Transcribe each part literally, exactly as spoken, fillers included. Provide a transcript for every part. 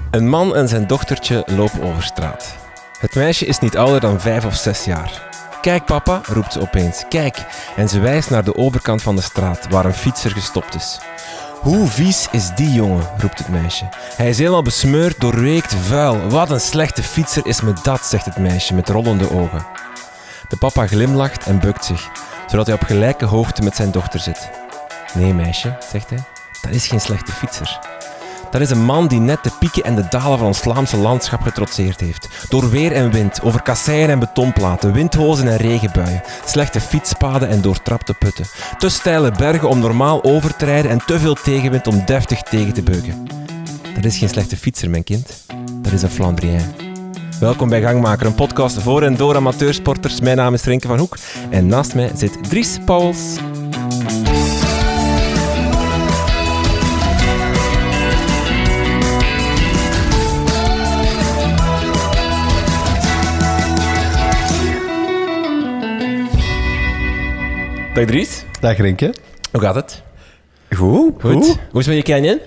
Een man en zijn dochtertje lopen over straat. Het meisje is niet ouder dan vijf of zes jaar. Kijk papa, roept ze opeens, kijk. En ze wijst naar de overkant van de straat, waar een fietser gestopt is. Hoe vies is die jongen, roept het meisje. Hij is helemaal besmeurd, doorweekt, vuil. Wat een slechte fietser is me dat, zegt het meisje met rollende ogen. De papa glimlacht en bukt zich, zodat hij op gelijke hoogte met zijn dochter zit. Nee meisje, zegt hij, dat is geen slechte fietser. Dat is een man die net de pieken en de dalen van ons Vlaamse landschap getrotseerd heeft. Door weer en wind, over kasseien en betonplaten, windhozen en regenbuien, slechte fietspaden en doortrapte putten. Te steile bergen om normaal over te rijden en te veel tegenwind om deftig tegen te beuken. Dat is geen slechte fietser, mijn kind. Dat is een Flandrien. Welkom bij Gangmaker, een podcast voor en door amateursporters. Mijn naam is Renke van Hoek en naast mij zit Dries Pauwels. Dag Dries. Dag Renke. Hoe gaat het? Goed. Goed. Goed. Hoe is het met je canyon?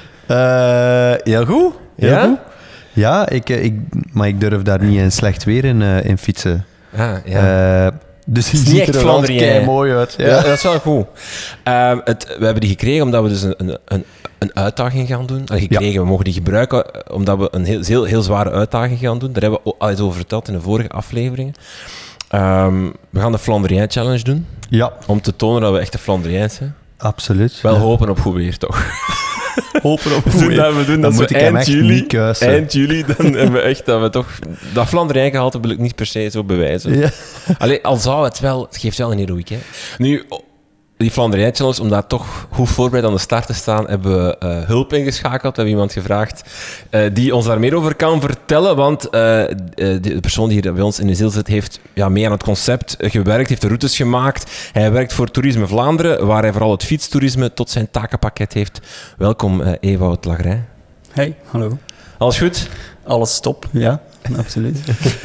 Uh, heel goed. Heel Ja? goed. Ja, ik, ik, maar ik durf daar niet in slecht weer in, uh, in fietsen. Ah, ja. Uh, dus die Het is niet ziet echt er wel Flandrien. mooi uit. Ja. Ja, dat is wel goed. Um, het, we hebben die gekregen omdat we dus een, een, een, een uitdaging gaan doen. Allee, gekregen, ja. We mogen die gebruiken omdat we een heel, heel, heel zware uitdaging gaan doen. Daar hebben we al eens over verteld in de vorige afleveringen. Um, we gaan de Flandrien Challenge doen. Ja. Om te tonen dat we echte Flandriëns zijn. Absoluut. Wel ja. hopen op goed weer, toch? Hopen op We doen dat, we doen dan dat moet zo ik hem eind echt juli, niet kuisen. eind juli, dan hebben we echt dat we toch... Dat Flandrien gehalte wil ik niet per se zo bewijzen. Ja. Allee, al zou het wel... Het geeft wel een heroïek, hè. Nu, die Flandrien Challenge, om daar toch goed voorbereid aan de start te staan, hebben we uh, hulp ingeschakeld. We hebben iemand gevraagd uh, die ons daar meer over kan vertellen, want uh, de persoon die hier bij ons in de ziel zit, heeft ja, mee aan het concept gewerkt, heeft de routes gemaakt. Hij werkt voor Toerisme Vlaanderen, waar hij vooral het fietstoerisme tot zijn takenpakket heeft. Welkom, uh, Ewout Lagrijn. Hey, hallo. Alles goed? Alles top, ja, absoluut.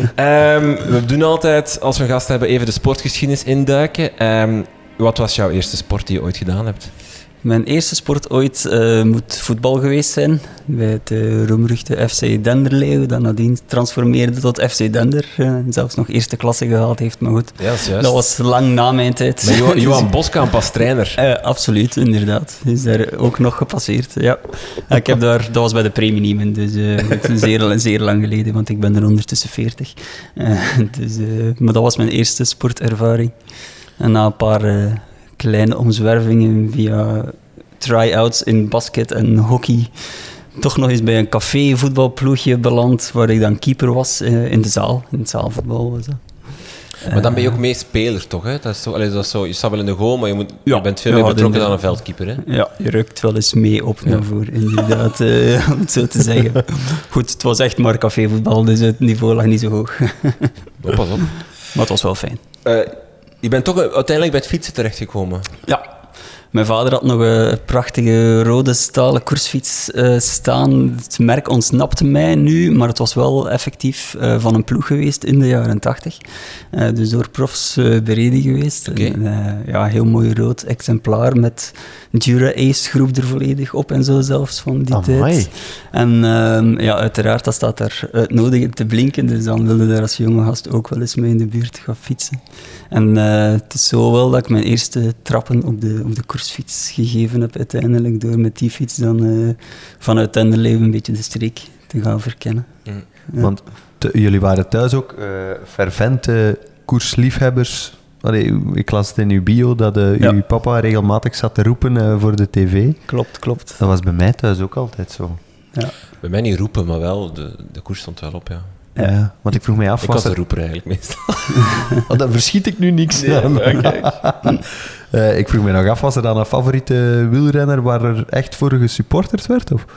um, we doen altijd, als we een gast hebben, even de sportgeschiedenis induiken. Um, Wat was jouw eerste sport die je ooit gedaan hebt? Mijn eerste sport ooit uh, moet voetbal geweest zijn. Bij het uh, roemruchte F C Denderleeuw, dat nadien transformeerde tot F C Dender. Uh, zelfs nog eerste klasse gehaald heeft, maar goed. Ja, dat is juist. Dat was lang na mijn tijd. Met Jo- Johan Boskamp als trainer. Uh, absoluut, inderdaad. Is daar ook nog gepasseerd, ja. Ik heb daar, dat was bij de Preminiemen, dus uh, het is zeer, zeer lang geleden, want ik ben er ondertussen veertig. Uh, dus, uh, maar dat was mijn eerste sportervaring. En na een paar uh, kleine omzwervingen via try-outs in basket en hockey, toch nog eens bij een café voetbalploegje beland, waar ik dan keeper was uh, in de zaal, in het zaalvoetbal was dat. Maar dan ben je ook mee speler, toch? Hè? Dat is zo, allee, dat is zo, je staat wel in de goal, maar je, moet, ja, je bent veel ja, meer betrokken de, dan een veldkeeper. Hè? Ja, je rukt wel eens mee op naar ja. voren, inderdaad, uh, om het zo te zeggen. Goed, het was echt maar cafévoetbal, dus het niveau lag niet zo hoog. Oh, pas op. Maar het was wel fijn. Uh, je bent toch uiteindelijk bij het fietsen terechtgekomen? Ja. Mijn vader had nog een prachtige rode stalen koersfiets uh, staan. Het merk ontsnapte mij nu, maar het was wel effectief uh, van een ploeg geweest in de jaren tachtig. Uh, dus door profs uh, bereden geweest. Okay. En, uh, ja, heel mooi rood exemplaar met Dura Ace groep er volledig op en zo zelfs van die Amai. tijd. En uh, ja, uiteraard, dat staat daar uitnodigend te blinken, dus dan wilde daar als jonge gast ook wel eens mee in de buurt gaan fietsen. En uh, het is zo wel dat ik mijn eerste trappen op de, op de koersfiets gegeven heb uiteindelijk, door met die fiets dan uh, vanuit Denderleeuw een beetje de streek te gaan verkennen. Mm. Ja. Want te, jullie waren thuis ook uh, fervente koersliefhebbers. Allee, ik las het in uw bio dat uh, Ja. uw papa regelmatig zat te roepen uh, voor de tv. Klopt, klopt. Dat was bij mij thuis ook altijd zo. Ja. Bij mij niet roepen, maar wel, de, de koers stond wel op, ja. Ja. Ja, want ik vroeg mij af... Ik was de er... roeper eigenlijk meestal. Oh, daar verschiet ik nu niks Nee, aan. ja, uh, ik vroeg me nog af, was er dan een favoriete wielrenner waar er echt voor gesupporterd werd? Of?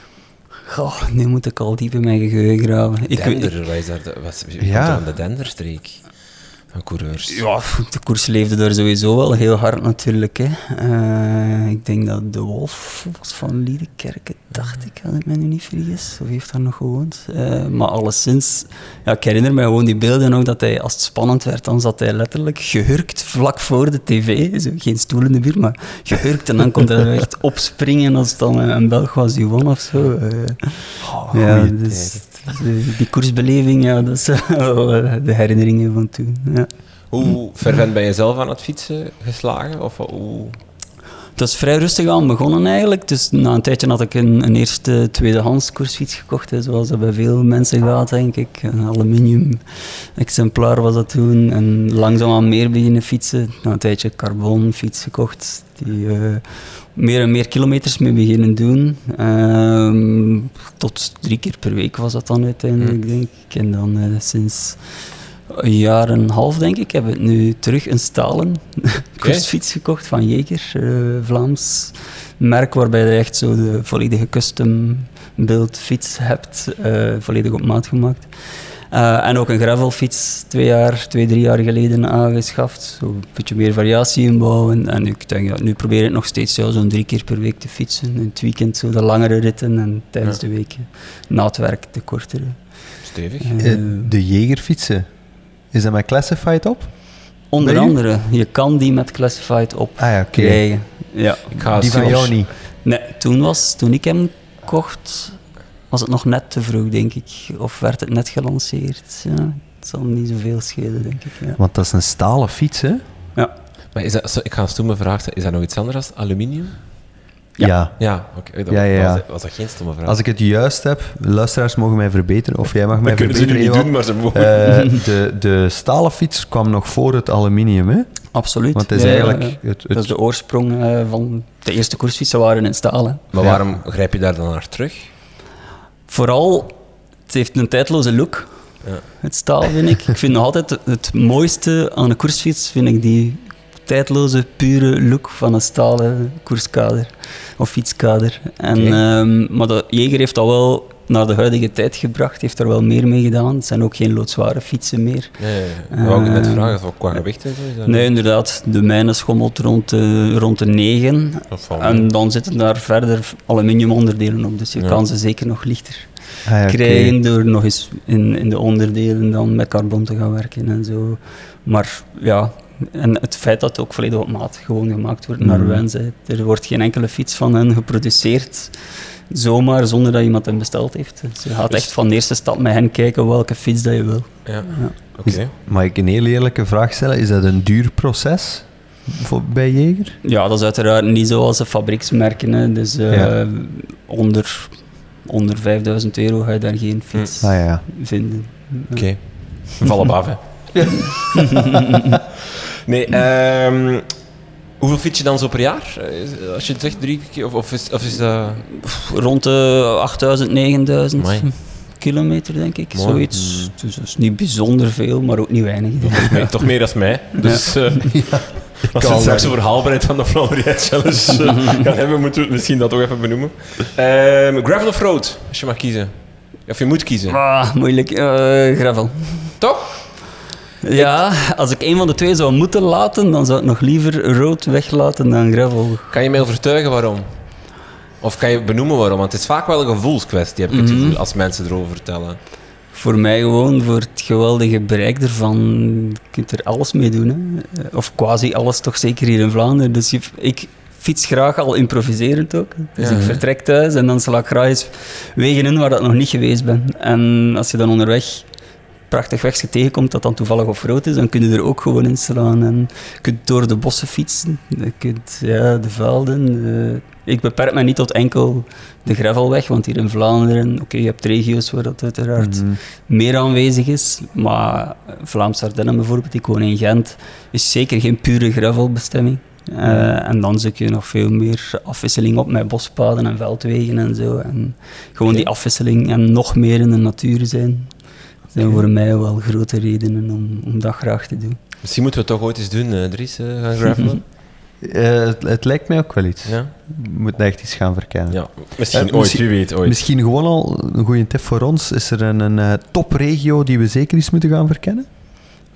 Goh, nu moet ik al diep in mijn geheugen graven. Ik Dender, wat is daar? De, wat, wie Ja. komt er aan de Denderstreek? van coureurs? Ja, de koers leefde daar sowieso wel heel hard natuurlijk. Hè. Uh, ik denk dat De Wolf was van Liedekerke, dacht ik, als ik me nu niet vergis. Of heeft daar nog gewoond. Uh, maar alleszins, ja, ik herinner me gewoon die beelden nog dat hij, als het spannend werd, dan zat hij letterlijk gehurkt vlak voor de tv. Zo, geen stoel in de buurt, maar gehurkt. En dan kon hij echt opspringen als het dan een Belg was die won of zo. Uh, oh, ja, dus, die koersbeleving, ja, dat is wel de herinneringen van toen. Ja. Hoe fervent ben je zelf aan het fietsen geslagen? Of hoe... Het was vrij rustig aan begonnen eigenlijk. Dus na een tijdje had ik een, een eerste tweedehands koersfiets gekocht, hè, zoals dat bij veel mensen gaat, denk ik. Een aluminium exemplaar was dat toen. En langzaamaan meer beginnen fietsen. Na een tijdje carbonfiets gekocht, die uh, meer en meer kilometers mee beginnen doen. Uh, tot drie keer per week was dat dan uiteindelijk, hmm. denk ik. En dan uh, sinds... een jaar en een half, denk ik, hebben we nu terug een stalen koersfiets gekocht van Jaeger, uh, Vlaams merk, waarbij je echt zo de volledige custom build fiets hebt, uh, volledig op maat gemaakt. Uh, en ook een gravelfiets, twee jaar, twee, drie jaar geleden aangeschaft. Zo een beetje meer variatie inbouwen. En ik denk, ja, nu probeer ik nog steeds ja, zo'n drie keer per week te fietsen. In het weekend zo de langere ritten en tijdens ja. de week na het werk de kortere. Stevig. Uh, de Jaeger-fietsen. Is dat met Classified op? Onder andere. Je kan die met Classified op ah, ja, okay. krijgen. Ja. Ik ga die van jou niet? Nee, toen, was, toen ik hem kocht, was het nog net te vroeg, denk ik. Of werd het net gelanceerd. Ja, het zal niet zoveel schelen, denk ik. Ja. Want dat is een stalen fiets, hè? Ja. Maar is dat, ik ga een stomme vraag stellen. Is dat nog iets anders dan aluminium? Ja. Ja, ja oké. Okay. Ja, ja, ja. Was, was dat geen stomme vraag? Als ik het juist heb, luisteraars mogen mij verbeteren, of jij mag mij dat verbeteren. Kunnen ze nu niet doen, maar ze mogen. Uh, de, de stalen fiets kwam nog voor het aluminium, hè? Absoluut. Want het is ja, eigenlijk... ja. Het, het... Dat is de oorsprong uh, van... De eerste koersfietsen waren in staal, hè. Maar waarom ja. grijp je daar dan naar terug? Vooral, het heeft een tijdloze look. Ja. Het staal, vind ik. Ik vind nog altijd het, het mooiste aan een koersfiets, vind ik die tijdloze, pure look van een stalen koerskader of fietskader. En, okay. um, maar de Jaeger heeft dat wel naar de huidige tijd gebracht, heeft er wel meer mee gedaan. Het zijn ook geen loodzware fietsen meer. Nee, nee. Uh, wou ik net vragen, of qua gewicht en zo? Nee, inderdaad. De mijne schommelt rond de, rond de negen. En dan zitten daar verder aluminium onderdelen op, dus je ja. kan ze zeker nog lichter ah, ja, krijgen okay. door nog eens in, in de onderdelen dan met carbon te gaan werken en zo. Maar ja... En het feit dat het ook volledig op maat gewoon gemaakt wordt naar mm. wens. Hè. Er wordt geen enkele fiets van hen geproduceerd zomaar zonder dat iemand hem besteld heeft. Dus je gaat dus echt van de eerste stap met hen kijken welke fiets dat je wil. Ja. Ja. Oké. Okay. Mag ik een heel eerlijke vraag stellen? Is dat een duur proces voor, bij Jaeger? Ja, dat is uiteraard niet zoals de fabrieksmerken. Hè. Dus uh, ja. onder, onder vijfduizend euro ga je daar geen fiets mm. ah, ja. vinden. Oké. Okay. Val op af, hè. Ja. Nee, um, hoeveel fiets je dan zo per jaar? Als je het zegt drie keer, of, of, is, of is dat... Rond de achtduizend, negenduizend Amai. Kilometer, denk ik. Mooi. Zoiets. Mm. Dus dat is niet bijzonder veel, maar ook niet weinig. Nee, toch meer dan mij. Dus ja. Uh, ja. als we het straks over haalbaarheid van de Flandrië Challenge uh, gaan hebben, moeten we het misschien dat toch even benoemen. Um, gravel of road, als je mag kiezen? Of je moet kiezen? Ah, moeilijk. Uh, gravel. Toch? Ja, als ik een van de twee zou moeten laten, dan zou ik nog liever road weglaten dan gravel. Kan je mij overtuigen waarom? Of kan je benoemen waarom? Want het is vaak wel een gevoelskwestie, heb ik het gevoel, mm-hmm. als mensen erover vertellen. Voor mij gewoon, voor het geweldige bereik ervan, je kunt er alles mee doen. Hè. Of quasi alles, toch zeker hier in Vlaanderen. Dus je, ik fiets graag al improviserend ook. Dus ja, ik vertrek thuis en dan sla ik graag eens wegen in waar ik nog niet geweest ben. En als je dan onderweg... prachtig wegje tegenkomt dat dan toevallig off-road is, dan kun je er ook gewoon in slaan. En je kunt door de bossen fietsen, je kunt ja, de velden. Uh, ik beperk me niet tot enkel de gravelweg, want hier in Vlaanderen, oké, okay, je hebt regio's waar dat uiteraard mm-hmm. meer aanwezig is, maar Vlaams-Ardennen bijvoorbeeld, ik woon in Gent, is zeker geen pure gravelbestemming. Uh, mm. En dan zoek je nog veel meer afwisseling op met bospaden en veldwegen en zo. En gewoon okay. die afwisseling en nog meer in de natuur zijn. Dat zijn voor mij wel grote redenen om, om dat graag te doen. Misschien moeten we het toch ooit eens doen, uh, Dries, uh, gaan gravelen? uh, het, het lijkt mij ook wel iets. Ja? We moeten echt iets gaan verkennen. Ja, misschien uh, ooit, misschien, wie weet ooit. Misschien gewoon al een goede tip voor ons. Is er een, een uh, topregio die we zeker eens moeten gaan verkennen?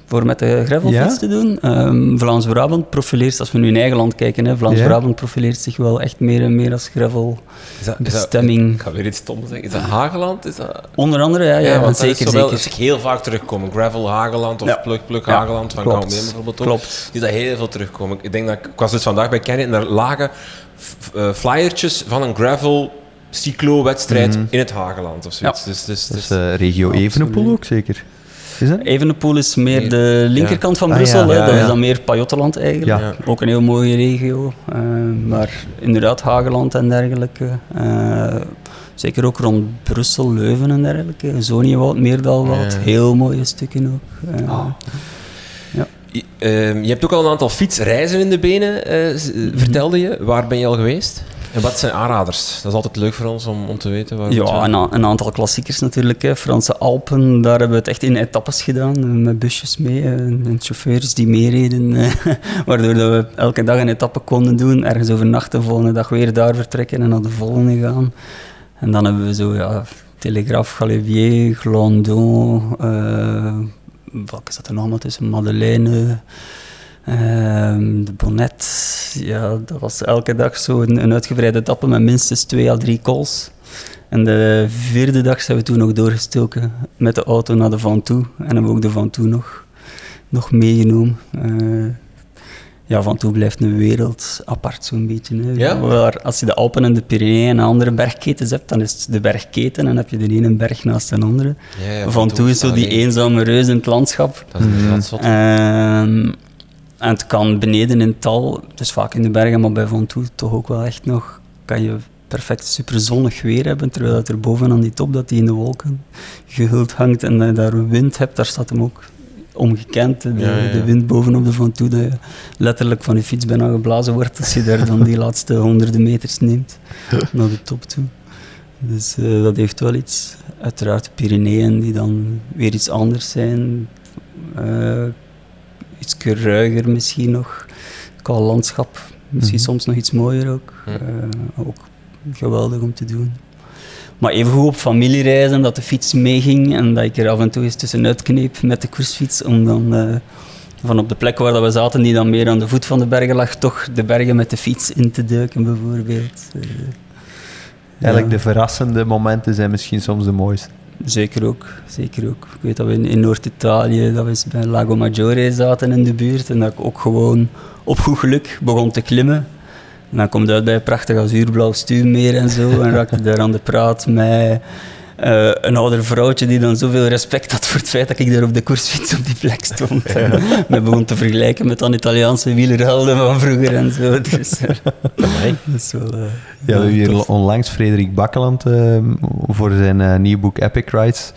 voor met de gravelfiets Ja? te doen. Um, Vlaams-Brabant profileert, als we nu in eigen land kijken, hè, Vlaams-Brabant profileert zich wel echt meer en meer als gravel Is dat, is dat, bestemming. ik ga weer iets stom zeggen. Is dat Hageland? Is dat... Onder andere, ja, ja, Ja, want zeker, dat is zo wel, zeker. dat zie ik heel vaak terugkomen. Gravel Hageland of Ja. Plug Plug Ja, Hageland van klopt. Gauwmeer bijvoorbeeld ook. Klopt. Die dat heel veel terugkomen. Ik denk dat ik, ik was dus vandaag bij Kenny en daar lagen f- uh, flyertjes van een gravel cyclo-wedstrijd Mhm. in het Hageland of zoiets. Dus, dus, Dat dus, is uh, regio Absoluut. Evenepoel ook zeker. Is dat? Evenepoel is meer Meer- de linkerkant van Ah, Brussel, ja, hè. ja, dat ja. is dan meer Pajottenland eigenlijk. Ja. Ook een heel mooie regio. Uh, maar inderdaad, Hageland en dergelijke. Uh, zeker ook rond Brussel, Leuven en dergelijke. Zoniewoud, Meerdalwoud, Ja. heel mooie stukken ook. Uh, Oh. Je, uh, je hebt ook al een aantal fietsreizen in de benen, uh, z- vertelde je. Waar ben je al geweest? En wat zijn aanraders? Dat is altijd leuk voor ons om, om te weten. Waar we Ja, het- een, a- een aantal klassiekers natuurlijk. Hè. Franse Alpen, daar hebben we het echt in etappes gedaan. eh, Met busjes mee eh, en chauffeurs die meereden. eh, Waardoor dat we elke dag een etappe konden doen. Ergens overnachten, de volgende dag weer daar vertrekken en naar de volgende gaan. En dan hebben we zo, ja, Telegraaf, Galibier, Glandon. Uh, welke zat er nog allemaal tussen? Madeleine. Ehm, de Bonnet, ja, dat was elke dag zo een, een uitgebreide etappe met minstens twee à drie calls. En de vierde dag zijn we toen nog doorgestoken met de auto naar de Ventoux. En hebben we ook de Ventoux nog, nog meegenomen. Uh, ja, Ventoux blijft een wereld apart zo'n beetje. Hè. Ja? Waar, als je de Alpen en de Pyreneeën en andere bergketens hebt, dan is het de bergketen en dan heb je de ene berg naast de andere. Ja, ja, Ventoux is zo die Allee, eenzame reus in het landschap. Dat is inderdaad zot. Ehm, en het kan beneden in het dal, dus vaak in de bergen, maar bij Ventoux toch ook wel echt nog, kan je perfect super zonnig weer hebben, terwijl dat er boven aan die top, dat die in de wolken gehuld hangt en dat je daar wind hebt, daar staat hem ook ongekend, de, Ja, ja, ja. de wind bovenop de Ventoux, dat je letterlijk van je fiets bijna geblazen wordt als je daar dan die laatste honderden meters neemt naar de top toe. Dus uh, dat heeft wel iets. Uiteraard de Pyreneeën, die dan weer iets anders zijn. Uh, iets ruiger misschien nog. Qua landschap. Misschien Mhm. soms nog iets mooier ook. Ja. Uh, ook geweldig om te doen. Maar evengoed op familiereizen, dat de fiets meeging en dat ik er af en toe eens tussenuit kneep met de koersfiets, om dan uh, van op de plek waar dat we zaten, die dan meer aan de voet van de bergen lag, toch de bergen met de fiets in te duiken bijvoorbeeld. Uh, Eigenlijk ja. de verrassende momenten zijn misschien soms de mooiste. Zeker ook, zeker ook. Ik weet dat we in, in Noord-Italië, dat we eens bij Lago Maggiore zaten in de buurt en dat ik ook gewoon op goed geluk begon te klimmen. En dan komt uit bij een prachtig azuurblauw stuwmeer en zo en raakte daar aan de praat met uh, een ouder vrouwtje die dan zoveel respect had voor het feit dat ik daar op de koersfiets op die plek stond. En me begon te vergelijken met dan Italiaanse wielerhelden van vroeger en zo. Dus, uh, dat is wel... Uh, Ja, we hebben hier tof. onlangs Frederik Bakkeland uh, voor zijn uh, nieuw boek Epic Rides.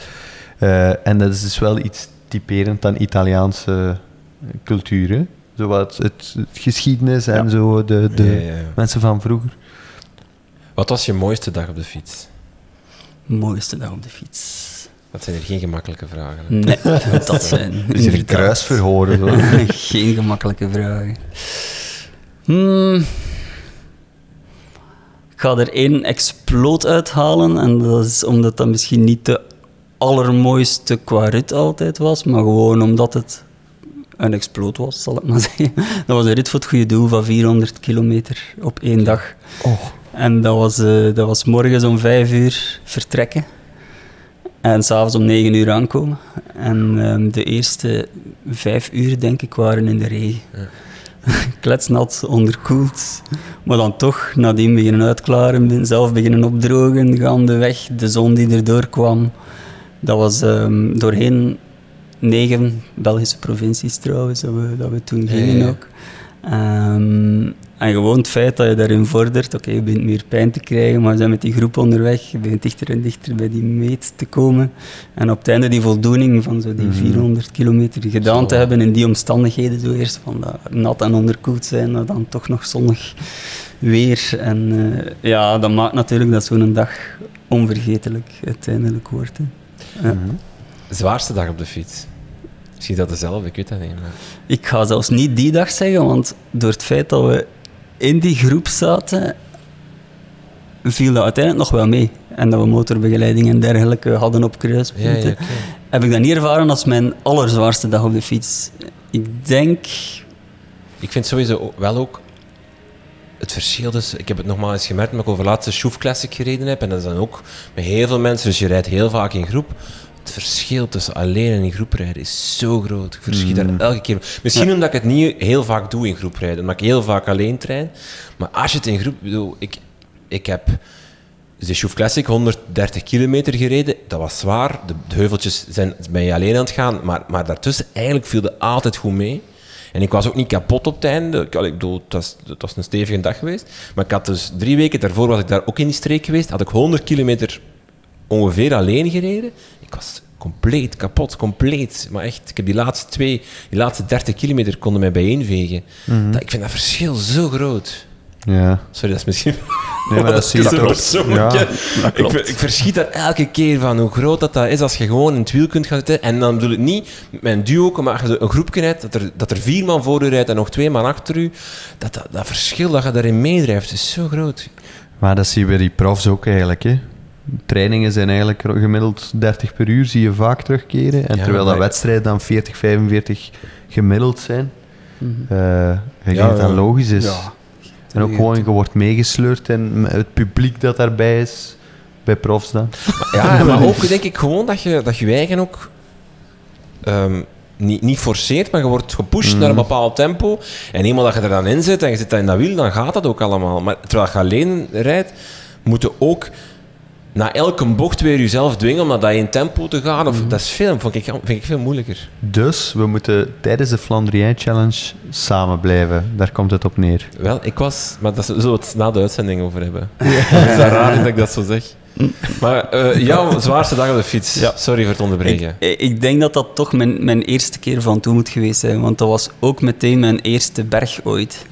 Uh, en dat is dus wel iets typerend aan Italiaanse cultuur. Hè? Zo wat het, het geschiedenis en Ja. zo, de, de Ja, ja, ja. mensen van vroeger. Wat was je mooiste dag op de fiets? Mooiste dag op de fiets. Dat zijn er geen gemakkelijke vragen. Hè? Nee, dat zijn... Is er een inderdaad kruisverhoor? Zo. Geen gemakkelijke vragen. Hmm. Ik ga er één exploot uithalen. En dat is omdat dat misschien niet de allermooiste qua rit altijd was. Maar gewoon omdat het een exploot was, zal ik maar zeggen. Dat was een rit voor het goede doel van vierhonderd kilometer op één dag. Oh. En dat was, uh, dat was morgens om vijf uur vertrekken. En s'avonds om negen uur aankomen. En um, de eerste vijf uur, denk ik, waren in de regen. Ja. Kletsnat, onderkoeld. Maar dan toch nadien beginnen uitklaren, zelf beginnen opdrogen, gaandeweg. De zon die erdoor kwam. Dat was um, doorheen negen Belgische provincies trouwens, dat we, dat we toen gingen ja, ja. ook. Um, en gewoon het feit dat je daarin vordert, oké, okay, je begint meer pijn te krijgen, maar we zijn met die groep onderweg, je begint dichter en dichter bij die meet te komen. En op het einde die voldoening van zo die Mm-hmm. vierhonderd kilometer gedaan Zo. te hebben in die omstandigheden, zo eerst van dat nat en onderkoeld zijn, maar dan toch nog zonnig weer. En uh, ja, dat maakt natuurlijk dat zo'n dag onvergetelijk uiteindelijk wordt. Hè. Ja. Mhm. Zwaarste dag op de fiets? Misschien dat dezelfde, ik weet dat niet. Maar... Ik ga zelfs niet die dag zeggen, want door het feit dat we in die groep zaten viel dat uiteindelijk nog wel mee. En dat we motorbegeleiding en dergelijke hadden op kruispunten. Ja, ja, okay. Heb ik dat niet ervaren als mijn allerzwaarste dag op de fiets. Ik denk... Ik vind sowieso wel ook het verschil dus... Ik heb het nogmaals eens gemerkt, omdat ik over laatste Schoof Classic gereden heb. En dat is dan ook met heel veel mensen. Dus je rijdt heel vaak in groep. Het verschil tussen alleen en in groep rijden is zo groot. Ik verschiet Mm. daar elke keer. Misschien ja. omdat ik het niet heel vaak doe in groep rijden. Omdat ik heel vaak alleen train. Maar als je het in groep... Bedoel, ik, ik heb de Schoof Classic honderddertig kilometer gereden. Dat was zwaar. De, de heuveltjes zijn, ben je alleen aan het gaan. Maar, maar daartussen, eigenlijk viel het altijd goed mee. En ik was ook niet kapot op het einde. Ik, ik bedoel, het was, het was een stevige dag geweest. Maar ik had dus drie weken daarvoor was ik daar ook in die streek geweest. Had ik honderd kilometer ongeveer alleen gereden. Ik was compleet kapot, compleet. Maar echt, ik heb die laatste twee, die laatste dertig kilometer konden mij bijeenvegen. Mm-hmm. Dat, ik vind dat verschil zo groot. Ja. Sorry, dat is misschien... Nee, maar dat zie je is toch. persoonlijk, Ja, hè. ik, ik verschiet daar elke keer van hoe groot dat, dat is als je gewoon in het wiel kunt gaan zitten. En dan bedoel ik niet met een duo, maar als je een groepje rijdt, dat er, dat er vier man voor u rijdt en nog twee man achter u. Dat, dat, dat verschil dat je daarin meedrijft, is zo groot. Maar dat zie je bij die profs ook eigenlijk, hè. Trainingen zijn eigenlijk gemiddeld dertig per uur, zie je vaak terugkeren. En Ja, terwijl dat maar- wedstrijden dan veertig, vijfenveertig gemiddeld zijn. Mm-hmm. Uh, ik Ja, denk dat dat ja. logisch is. Ja. En ook gewoon, je wordt meegesleurd en het publiek dat daarbij is, bij profs dan. Ja, maar ook denk ik gewoon dat je dat je eigen ook um, niet, niet forceert, maar je wordt gepusht Mm. naar een bepaald tempo. En eenmaal dat je er dan in zit en je zit dan in dat wiel, dan gaat dat ook allemaal. Maar terwijl je alleen rijdt, moet je ook na elke bocht weer jezelf dwingen om naar dat in tempo te gaan. Of, Mm. Dat is veel, vind ik, vind ik veel moeilijker. Dus we moeten tijdens de Flandrien Challenge samen blijven. Daar komt het op neer. Wel, ik was... Maar daar zullen we het na de uitzending over hebben. Het is dat raar dat ik dat zo zeg. Maar uh, jouw zwaarste dag op de fiets. Ja. Sorry voor het onderbreken. Ik, ik denk dat dat toch mijn, mijn eerste keer van toe moet geweest zijn, want dat was ook meteen mijn eerste berg ooit.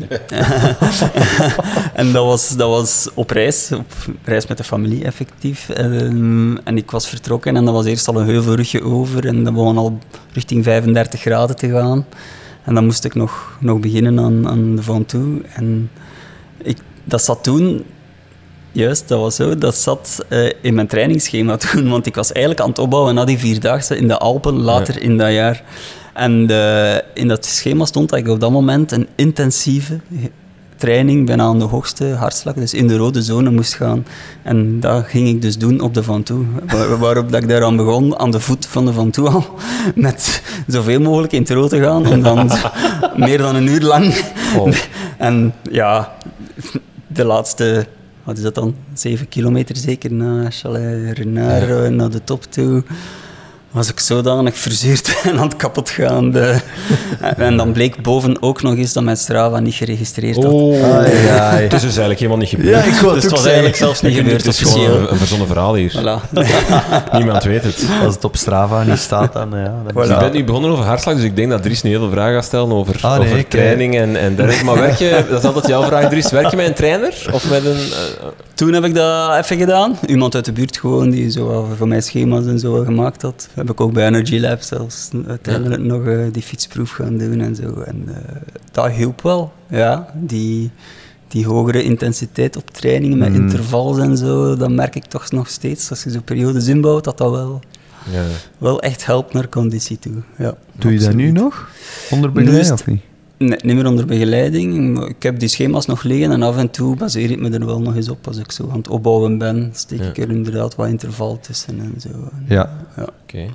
En dat was, dat was op reis, op reis met de familie effectief. En, en ik was vertrokken en dat was eerst al een heuvelrugje over en dat begon al richting vijfendertig graden te gaan. En dan moest ik nog, nog beginnen aan, aan de Van Toe. En ik, dat zat toen... Juist, dat was zo. Dat zat uh, in mijn trainingsschema toen, want ik was eigenlijk aan het opbouwen na die Vierdaagse in de Alpen, later ja. in dat jaar. En de, in dat schema stond dat ik op dat moment een intensieve training bijna aan de hoogste hartslag, dus in de rode zone moest gaan. En dat ging ik dus doen op de Van Toe. Waar, waarop dat ik daaraan begon, aan de voet van de Van Toe al, met zoveel mogelijk in het rood te gaan, en dan meer dan een uur lang. Oh. En ja, de laatste... Wat is dat dan? Zeven kilometer zeker naar Chalet Renard, ja. naar de top toe. Was ik zodanig verzuurd en aan het kapot gaan. De... En dan bleek boven ook nog eens dat mijn Strava niet geregistreerd had. Oh. Ai, ai. Het is dus eigenlijk helemaal niet gebeurd. Ja, ik dus het was eigenlijk zelfs niet gebeurd. Het is gewoon een, een verzonnen verhaal hier. Voilà. Niemand weet het. Als het op Strava niet staat, dan... Ja, dan voilà. Je bent nu begonnen over hartslag, dus ik denk dat Dries nu heel veel vragen gaat stellen over, ah, nee, over training en, en dergelijke. Maar werk je, dat is altijd jouw vraag, Dries, werk je met een trainer? Of met een... Uh... Toen heb ik dat even gedaan. Iemand uit de buurt gewoon, die zo voor mij schema's en zo gemaakt had. Heb ik ook bij Energy Lab zelfs uiteindelijk ja. nog uh, die fietsproef gaan doen en zo. En uh, dat hielp wel, ja. Die, die hogere intensiteit op trainingen met mm. intervals en zo, dat merk ik toch nog steeds. Als je zo'n periodes inbouwt, dat dat wel, ja. wel echt helpt naar conditie toe. Ja, doe je absoluut. Dat nu nog? Onder begeleiding of niet? Nee, niet meer onder begeleiding. Ik heb die schema's nog liggen en af en toe baseer ik me er wel nog eens op. Als ik zo aan het opbouwen ben, steek ik ja. er inderdaad wat interval tussen en zo. Ja. ja. Oké. Okay.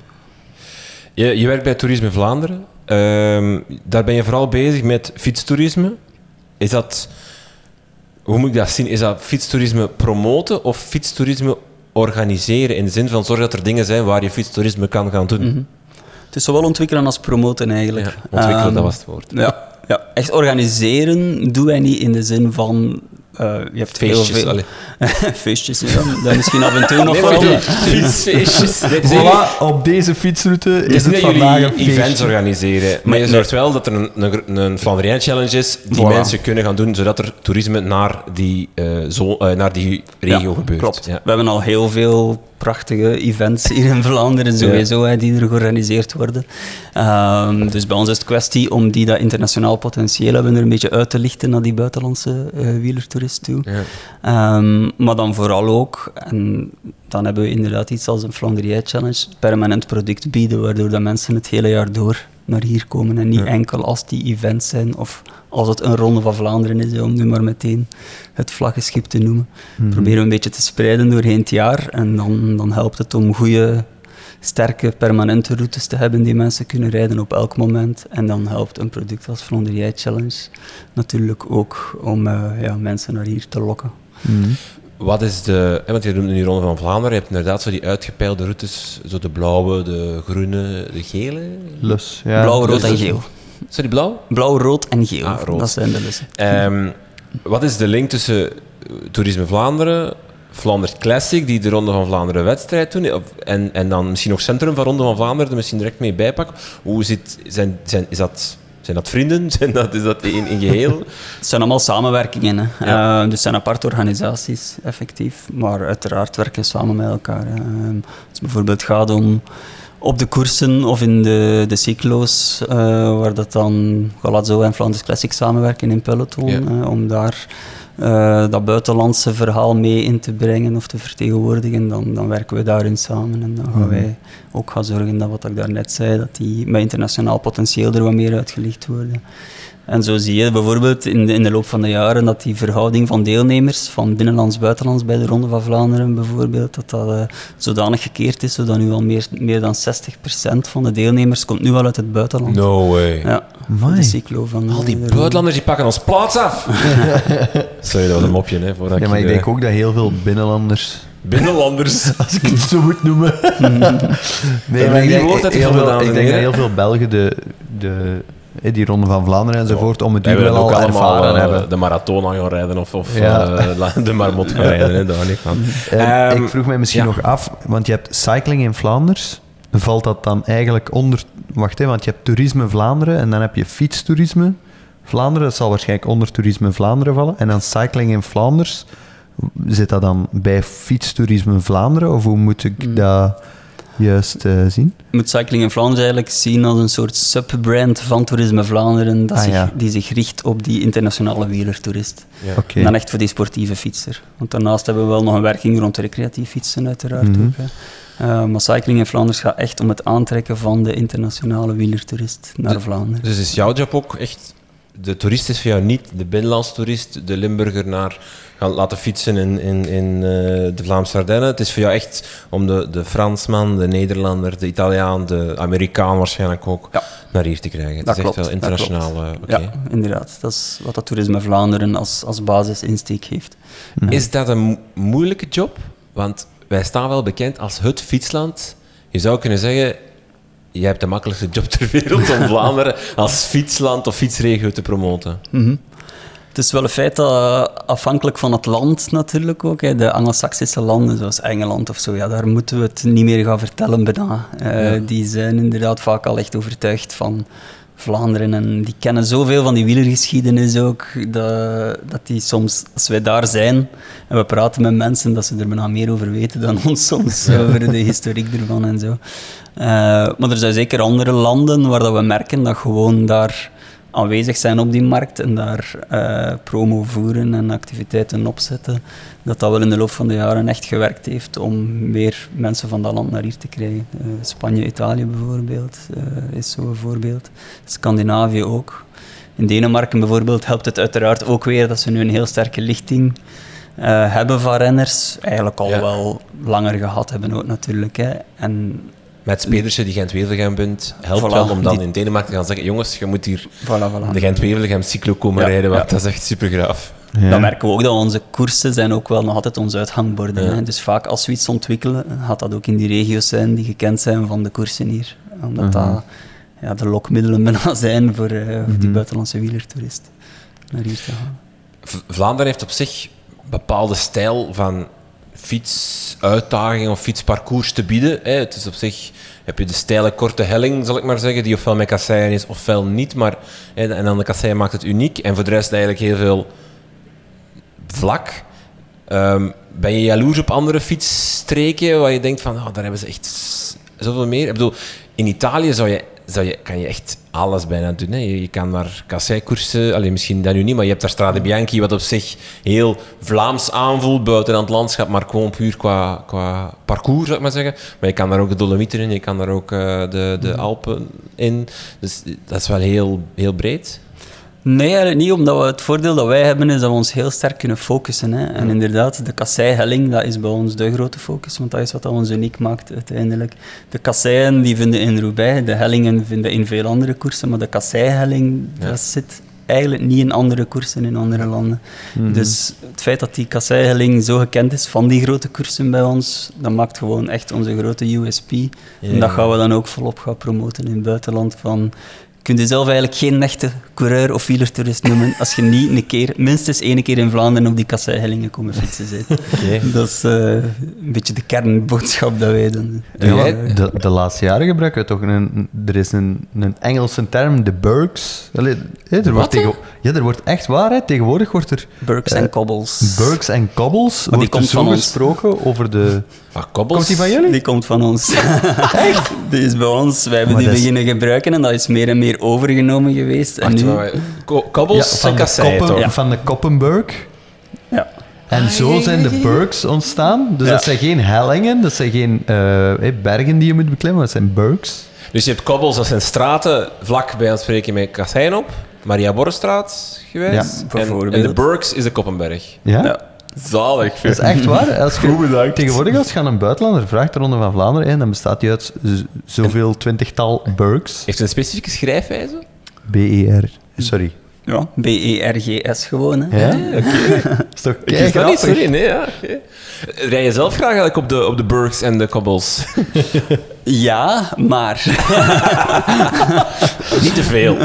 Je, je werkt bij Toerisme Vlaanderen. Um, daar ben je vooral bezig met fietstoerisme. Is dat... Hoe moet ik dat zien? Is dat fietstoerisme promoten of fietstoerisme organiseren? In de zin van zorgen dat er dingen zijn waar je fietstoerisme kan gaan doen? Mm-hmm. Het is zowel ontwikkelen als promoten eigenlijk. Ja, ontwikkelen, um, dat was het woord. Ja, ja, echt organiseren doen wij niet in de zin van... Uh, je hebt feestjes, heel veel... feestjes, ja. Dat misschien af en toe nog nee, wel. Nee, fietsfeestjes. Voilà, op deze fietsroute is, is het vandaag een feestje. Events organiseren, maar je zorgt wel dat er een, een, een Flandrien Challenge is die voilà. mensen kunnen gaan doen, zodat er toerisme naar die, uh, zo, uh, naar die regio ja, gebeurt. Klopt. Ja. We hebben al heel veel prachtige events hier in Vlaanderen, sowieso, hè, die er georganiseerd worden. Um, dus bij ons is het kwestie om die dat internationaal potentieel hebben er een beetje uit te lichten naar die buitenlandse uh, wielertoerist toe. Ja. Um, maar dan vooral ook, en dan hebben we inderdaad iets als een Flandrië Challenge, permanent product bieden, waardoor dat mensen het hele jaar door naar hier komen en niet ja. enkel als die events zijn of als het een Ronde van Vlaanderen is, om nu maar meteen het vlaggenschip te noemen. Mm-hmm. Proberen we een beetje te spreiden doorheen het jaar en dan, dan helpt het om goede, sterke, permanente routes te hebben die mensen kunnen rijden op elk moment. En dan helpt een product als Flandrië Challenge natuurlijk ook om uh, ja, mensen naar hier te lokken. Mm-hmm. Wat is de... Want je noemt nu Ronde van Vlaanderen, je hebt inderdaad zo die uitgepeilde routes, zo de blauwe, de groene, de gele? Lus, ja. Blauw, rood en geel. Sorry, blauw? Blauw, rood en geel. Ah, rood. Dat zijn de lussen. Um, wat is de link tussen Toerisme Vlaanderen, Flanders Classic, die de Ronde van Vlaanderen wedstrijd doen, en, en dan misschien nog Centrum van Ronde van Vlaanderen, er misschien direct mee bijpakken? Hoe zit, zijn, zijn, is dat... Zijn dat vrienden? Zijn dat, is dat in, in geheel? Het zijn allemaal samenwerkingen. Hè. Ja. Uh, dus het zijn aparte organisaties, effectief. Maar uiteraard werken we samen met elkaar. Hè. Uh, als het bijvoorbeeld gaat om op de koersen of in de, de cyclo's, uh, waar dat dan Galazzo en Flanders Classic samenwerken in peloton, ja. uh, om daar uh, dat buitenlandse verhaal mee in te brengen of te vertegenwoordigen, dan, dan werken we daarin samen. En dan gaan mm-hmm. wij ook gaan zorgen dat, wat ik daarnet zei, dat die met internationaal potentieel er wat meer uitgelicht worden. En zo zie je bijvoorbeeld in de, in de loop van de jaren dat die verhouding van deelnemers, van binnenlands-buitenlands bij de Ronde van Vlaanderen bijvoorbeeld, dat dat uh, zodanig gekeerd is, zodat nu al meer, meer dan zestig procent van de deelnemers komt nu al uit het buitenland. No way. Ja, voor de cyclo van... Al die buitenlanders die pakken ons plaats af. Sorry, dat was een mopje, hè. Ja, maar ik, ik denk ook dat heel veel binnenlanders... Binnenlanders? Als ik het zo moet noemen. nee, maar ik denk, heel veel, ik denk dat heel veel Belgen de... de die Ronde van Vlaanderen enzovoort, om het duur al ervaren hebben. De marathon aan gaan rijden of, of ja. uh, de marmot gaan rijden, hè, daar niet van. Uh, um, ik vroeg mij misschien ja. nog af, want je hebt cycling in Vlaanders, valt dat dan eigenlijk onder... Wacht, hè, want je hebt toerisme Vlaanderen en dan heb je fietstoerisme Vlaanderen, dat zal waarschijnlijk onder toerisme Vlaanderen vallen, en dan cycling in Vlaanders, zit dat dan bij fietstoerisme Vlaanderen, of hoe moet ik mm. dat... juist uh, zien? Je moet Cycling in Vlaanderen eigenlijk zien als een soort subbrand van Toerisme Vlaanderen dat ah, zich, ja. die zich richt op die internationale wielertoerist. Ja. Okay. En dan echt voor die sportieve fietser. Want daarnaast hebben we wel nog een werking rond recreatief fietsen uiteraard mm-hmm. ook. Hè. Uh, maar Cycling in Vlaanderen gaat echt om het aantrekken van de internationale wielertoerist naar de, Vlaanderen. Dus is jouw job ook echt... De toerist is voor jou niet de binnenlandse toerist, de Limburger naar gaan laten fietsen in, in, in uh, de Vlaamse Ardennen. Het is voor jou echt om de, de Fransman, de Nederlander, de Italiaan, de Amerikaan waarschijnlijk ook ja. naar hier te krijgen. Het dat is klopt, echt wel internationaal. Uh, okay. Ja, inderdaad. Dat is wat dat Toerisme Vlaanderen als, als basisinsteek heeft. Mm. Is dat een mo- moeilijke job? Want wij staan wel bekend als het fietsland. Je zou kunnen zeggen... Jij hebt de makkelijkste job ter wereld om Vlaanderen als fietsland of fietsregio te promoten. Mm-hmm. Het is wel een feit dat afhankelijk van het land natuurlijk ook, hè, de Anglo-Saxische landen zoals Engeland of zo, ja, daar moeten we het niet meer gaan vertellen bijna. Uh, ja. Die zijn inderdaad vaak al echt overtuigd van Vlaanderen en die kennen zoveel van die wielergeschiedenis ook, dat, dat die soms, als wij daar zijn en we praten met mensen, dat ze er bijna meer over weten dan ons soms, ja. over de historiek ervan en zo. Uh, maar er zijn zeker andere landen waar dat we merken dat gewoon daar aanwezig zijn op die markt en daar uh, promo voeren en activiteiten opzetten, dat dat wel in de loop van de jaren echt gewerkt heeft om meer mensen van dat land naar hier te krijgen. Uh, Spanje, Italië bijvoorbeeld uh, is zo'n voorbeeld. Scandinavië ook. In Denemarken bijvoorbeeld helpt het uiteraard ook weer dat ze nu een heel sterke lichting uh, hebben van renners. Eigenlijk al ja. wel langer gehad hebben ook natuurlijk. Hè. En met Pedersen, die Gent-Wevelgem-bund, helpt voilà, wel om dan die... in Denemarken te gaan zeggen, jongens, je moet hier voilà, voilà. de Gent-Wevelgem-cyclo komen ja, rijden, want ja. dat is echt supergraaf. Ja. Dan merken we ook dat onze koersen zijn ook wel nog altijd onze uithangborden. Ja. Hè? Dus vaak als we iets ontwikkelen, gaat dat ook in die regio's zijn die gekend zijn van de koersen hier. Omdat uh-huh. dat ja, de lokmiddelen bijna zijn voor, uh, uh-huh. voor die buitenlandse wielertoerist naar hier te gaan. V- Vlaanderen heeft op zich een bepaalde stijl van fietsuitdaging of fietsparcours te bieden. Hè. Het is op zich, heb je de steile korte helling, zal ik maar zeggen, die ofwel met kasseien is ofwel niet, maar hè, en dan de kasseien maakt het uniek. En voor de rest eigenlijk heel veel vlak. Um, ben je jaloers op andere fietsstreken waar je denkt van, oh, daar hebben ze echt zoveel meer? Ik bedoel, in Italië zou je, zou je, kan je echt alles bijna doen. Hè? Je, je kan daar kasseikoersen, alleen misschien dat nu niet, maar je hebt daar Strade Bianchi, wat op zich heel Vlaams aanvoelt buiten aan het landschap, maar gewoon puur qua, qua parcours, zou ik maar zeggen. Maar je kan daar ook de Dolomieten in, je kan daar ook uh, de, de Alpen in. Dus dat is wel heel, heel breed. Nee, eigenlijk niet, omdat we het voordeel dat wij hebben is dat we ons heel sterk kunnen focussen. Hè. En inderdaad, de kasseihelling, dat is bij ons de grote focus, want dat is wat dat ons uniek maakt uiteindelijk. De kasseien die vinden in Roubaix, de hellingen vinden in veel andere koersen, maar de kasseihelling, ja. dat zit eigenlijk niet in andere koersen in andere landen. Mm-hmm. Dus het feit dat die kasseihelling zo gekend is van die grote koersen bij ons, dat maakt gewoon echt onze grote U S P. Ja. En dat gaan we dan ook volop gaan promoten in het buitenland van... Kun je zelf eigenlijk geen echte coureur of wielertoerist noemen als je niet een keer, minstens één keer in Vlaanderen op die kasseihellingen komen fietsen bent. Okay. Dat is uh, een beetje de kernboodschap dat wij doen. Ja, de, de laatste jaren gebruiken we toch een... Er is een, een Engelse term, de Burks. Allee, hè, er wordt tegen, ja, er wordt echt waar, hè, tegenwoordig wordt er... Burks en uh, cobbles. Burks en cobbles. Maar die komt van ons. Gesproken over de... Ah, cobbles? Komt die van jullie? Die komt van ons. Echt? Die is bij ons. Wij hebben maar die beginnen is... gebruiken en dat is meer en meer overgenomen geweest. Wacht, en nu... maar, Cobbles ja, van, de koppen, ja. van de Koppenberg. Ja. En ah, zo zijn de Burks ontstaan. Dus ja. dat zijn geen hellingen, dat zijn geen uh, bergen die je moet beklimmen, dat zijn Burks. Dus je hebt cobbles, dat zijn straten, vlak bij ons spreken met kasseien op. Maria Borrestraat geweest. Ja, en, en de Burks is de Koppenberg. Ja? Ja. Zalig. Dat is echt waar. Als je, tegenwoordig als je aan een buitenlander vraagt de Ronde van Vlaanderen, hè, dan bestaat die uit z- zoveel twintigtal Burks. Heeft het een specifieke schrijfwijze? B E R. Sorry. Ja, B E R G S gewoon. Hè. Ja? Oké. Okay. Dat is toch kei grappig. Niet, sorry, nee, ja. Okay. Rij je zelf graag eigenlijk op de, op de Burks en de cobbles? Ja, maar... Niet te veel.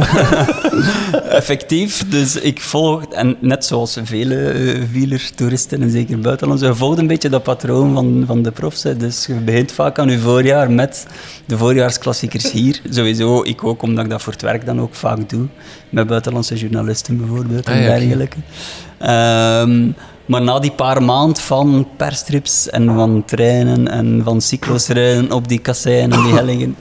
Effectief, dus ik volg, en net zoals vele uh, wielertoeristen en zeker buitenlandse, je volgt een beetje dat patroon van, van de profs. Hè. Dus je begint vaak aan je voorjaar met de voorjaarsklassiekers hier. Sowieso, ik ook, omdat ik dat voor het werk dan ook vaak doe. Met buitenlandse journalisten bijvoorbeeld en ah, ja, dergelijke. Okay. Um, Maar na die paar maanden van perstrips en van treinen en van cyclosrijden op die kasseien en die hellingen,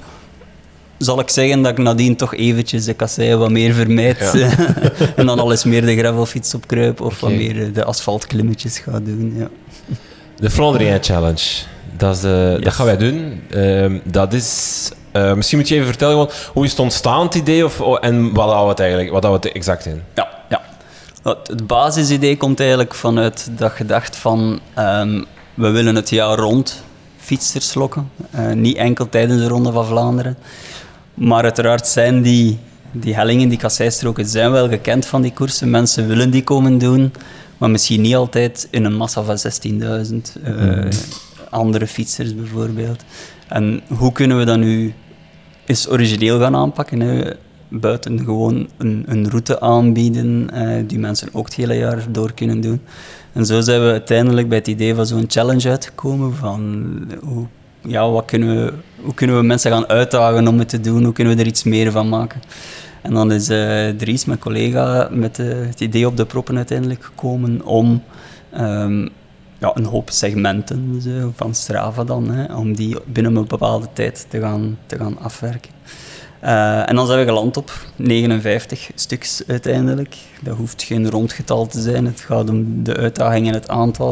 zal ik zeggen dat ik nadien toch eventjes de kasseien wat meer vermijd. Ja. En dan al eens meer de gravelfiets opkruip of okay. wat meer de asfaltklimmetjes ga doen. Ja. De Flandrien Challenge, dat, is de, yes. dat gaan wij doen. Uh, dat is... Uh, misschien moet je even vertellen, gewoon, hoe is het ontstaan, het idee, of, oh, en wat houdt het eigenlijk, wat houdt het exact in? Ja, ja. Het basisidee komt eigenlijk vanuit dat gedacht van um, we willen het jaar rond fietsers lokken. Uh, niet enkel tijdens de Ronde van Vlaanderen. Maar uiteraard zijn die, die hellingen, die kasseistroken, zijn wel gekend van die koersen. Mensen willen die komen doen, maar misschien niet altijd in een massa van zestienduizend. Uh, mm. Andere fietsers bijvoorbeeld. En hoe kunnen we dat nu eens origineel gaan aanpakken? Hè? Buiten gewoon een, een route aanbieden uh, die mensen ook het hele jaar door kunnen doen. En zo zijn we uiteindelijk bij het idee van zo'n challenge uitgekomen van hoe, ja, wat kunnen we, hoe kunnen we mensen gaan uitdagen om het te doen, hoe kunnen we er iets meer van maken. En dan is uh, Dries, mijn collega, met uh, het idee op de proppen uiteindelijk gekomen om um, ja, een hoop segmenten dus, uh, van Strava dan, hè, om die binnen een bepaalde tijd te gaan, te gaan afwerken. Uh, en dan zijn we geland op negenenvijftig stuks uiteindelijk. Dat hoeft geen rondgetal te zijn, het gaat om de uitdaging en het aantal.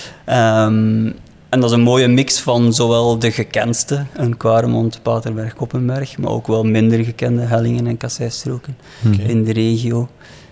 Um, en dat is een mooie mix van zowel de gekendste, een Kwaremond, Paterberg, Koppenberg, maar ook wel minder gekende hellingen en kasseistroken okay. in de regio.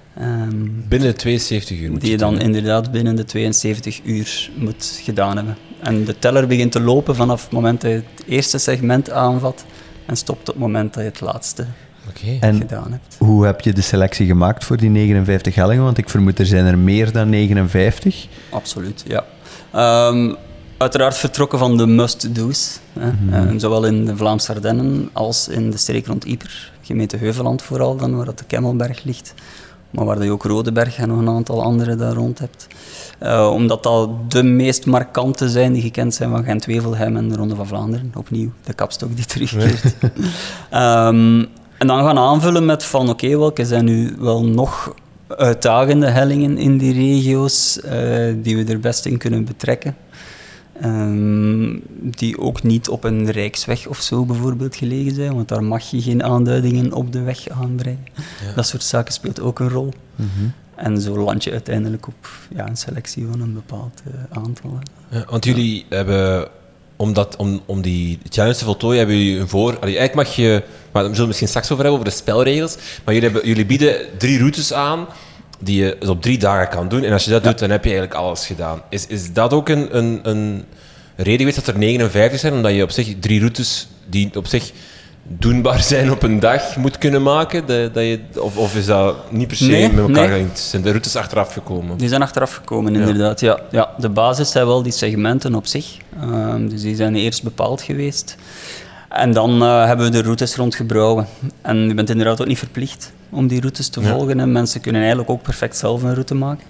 Um, binnen de tweeënzeventig uur moet die je dan doen. Inderdaad binnen de tweeënzeventig uur moet gedaan hebben. En de teller begint te lopen vanaf het moment dat je het eerste segment aanvat en stopt op het moment dat je het laatste okay. en gedaan hebt. Hoe heb je de selectie gemaakt voor die negenenvijftig hellingen? Want ik vermoed er zijn er meer dan negenenvijftig. Absoluut, ja. Um, uiteraard vertrokken van de must-do's. Hè. Mm-hmm. Uh, zowel in de Vlaamse Ardennen als in de streek rond Yper. Gemeente Heuveland vooral dan, waar dat de Kemmelberg ligt. Maar waar je ook Rodeberg en nog een aantal andere daar rond hebt. Uh, omdat dat de meest markante zijn die gekend zijn van Gent-Wevelgem en de Ronde van Vlaanderen. Opnieuw, de kapstok die terugkeert. um, en dan gaan aanvullen met van oké, okay, welke zijn nu wel nog uitdagende hellingen in die regio's, uh, die we er best in kunnen betrekken. Um, die ook niet op een rijksweg of zo bijvoorbeeld gelegen zijn, want daar mag je geen aanduidingen op de weg aanbrengen. Ja. Dat soort zaken speelt ook een rol. Mm-hmm. En zo land je uiteindelijk op ja, een selectie van een bepaald uh, aantal. Ja, want jullie ja. hebben, om, dat, om, om die challenge te voltooien, hebben jullie een voor... Allee, eigenlijk mag je, maar daar zullen we misschien straks over hebben, over de spelregels, maar jullie, hebben, jullie bieden drie routes aan die je dus op drie dagen kan doen. En als je dat ja. doet, dan heb je eigenlijk alles gedaan. Is, is dat ook een, een, een reden geweest dat er negenenvijftig zijn, omdat je op zich drie routes die op zich doenbaar zijn op een dag moet kunnen maken? Dat, dat je, of, of is dat niet per se nee, met elkaar nee. gelinkt? Zijn de routes achteraf gekomen? Die zijn achteraf gekomen, inderdaad. Ja. Ja, ja, de basis zijn wel die segmenten op zich. Um, dus die zijn eerst bepaald geweest. En dan uh, hebben we de routes rondgebrouwen. En je bent inderdaad ook niet verplicht om die routes te ja. volgen. En mensen kunnen eigenlijk ook perfect zelf een route maken.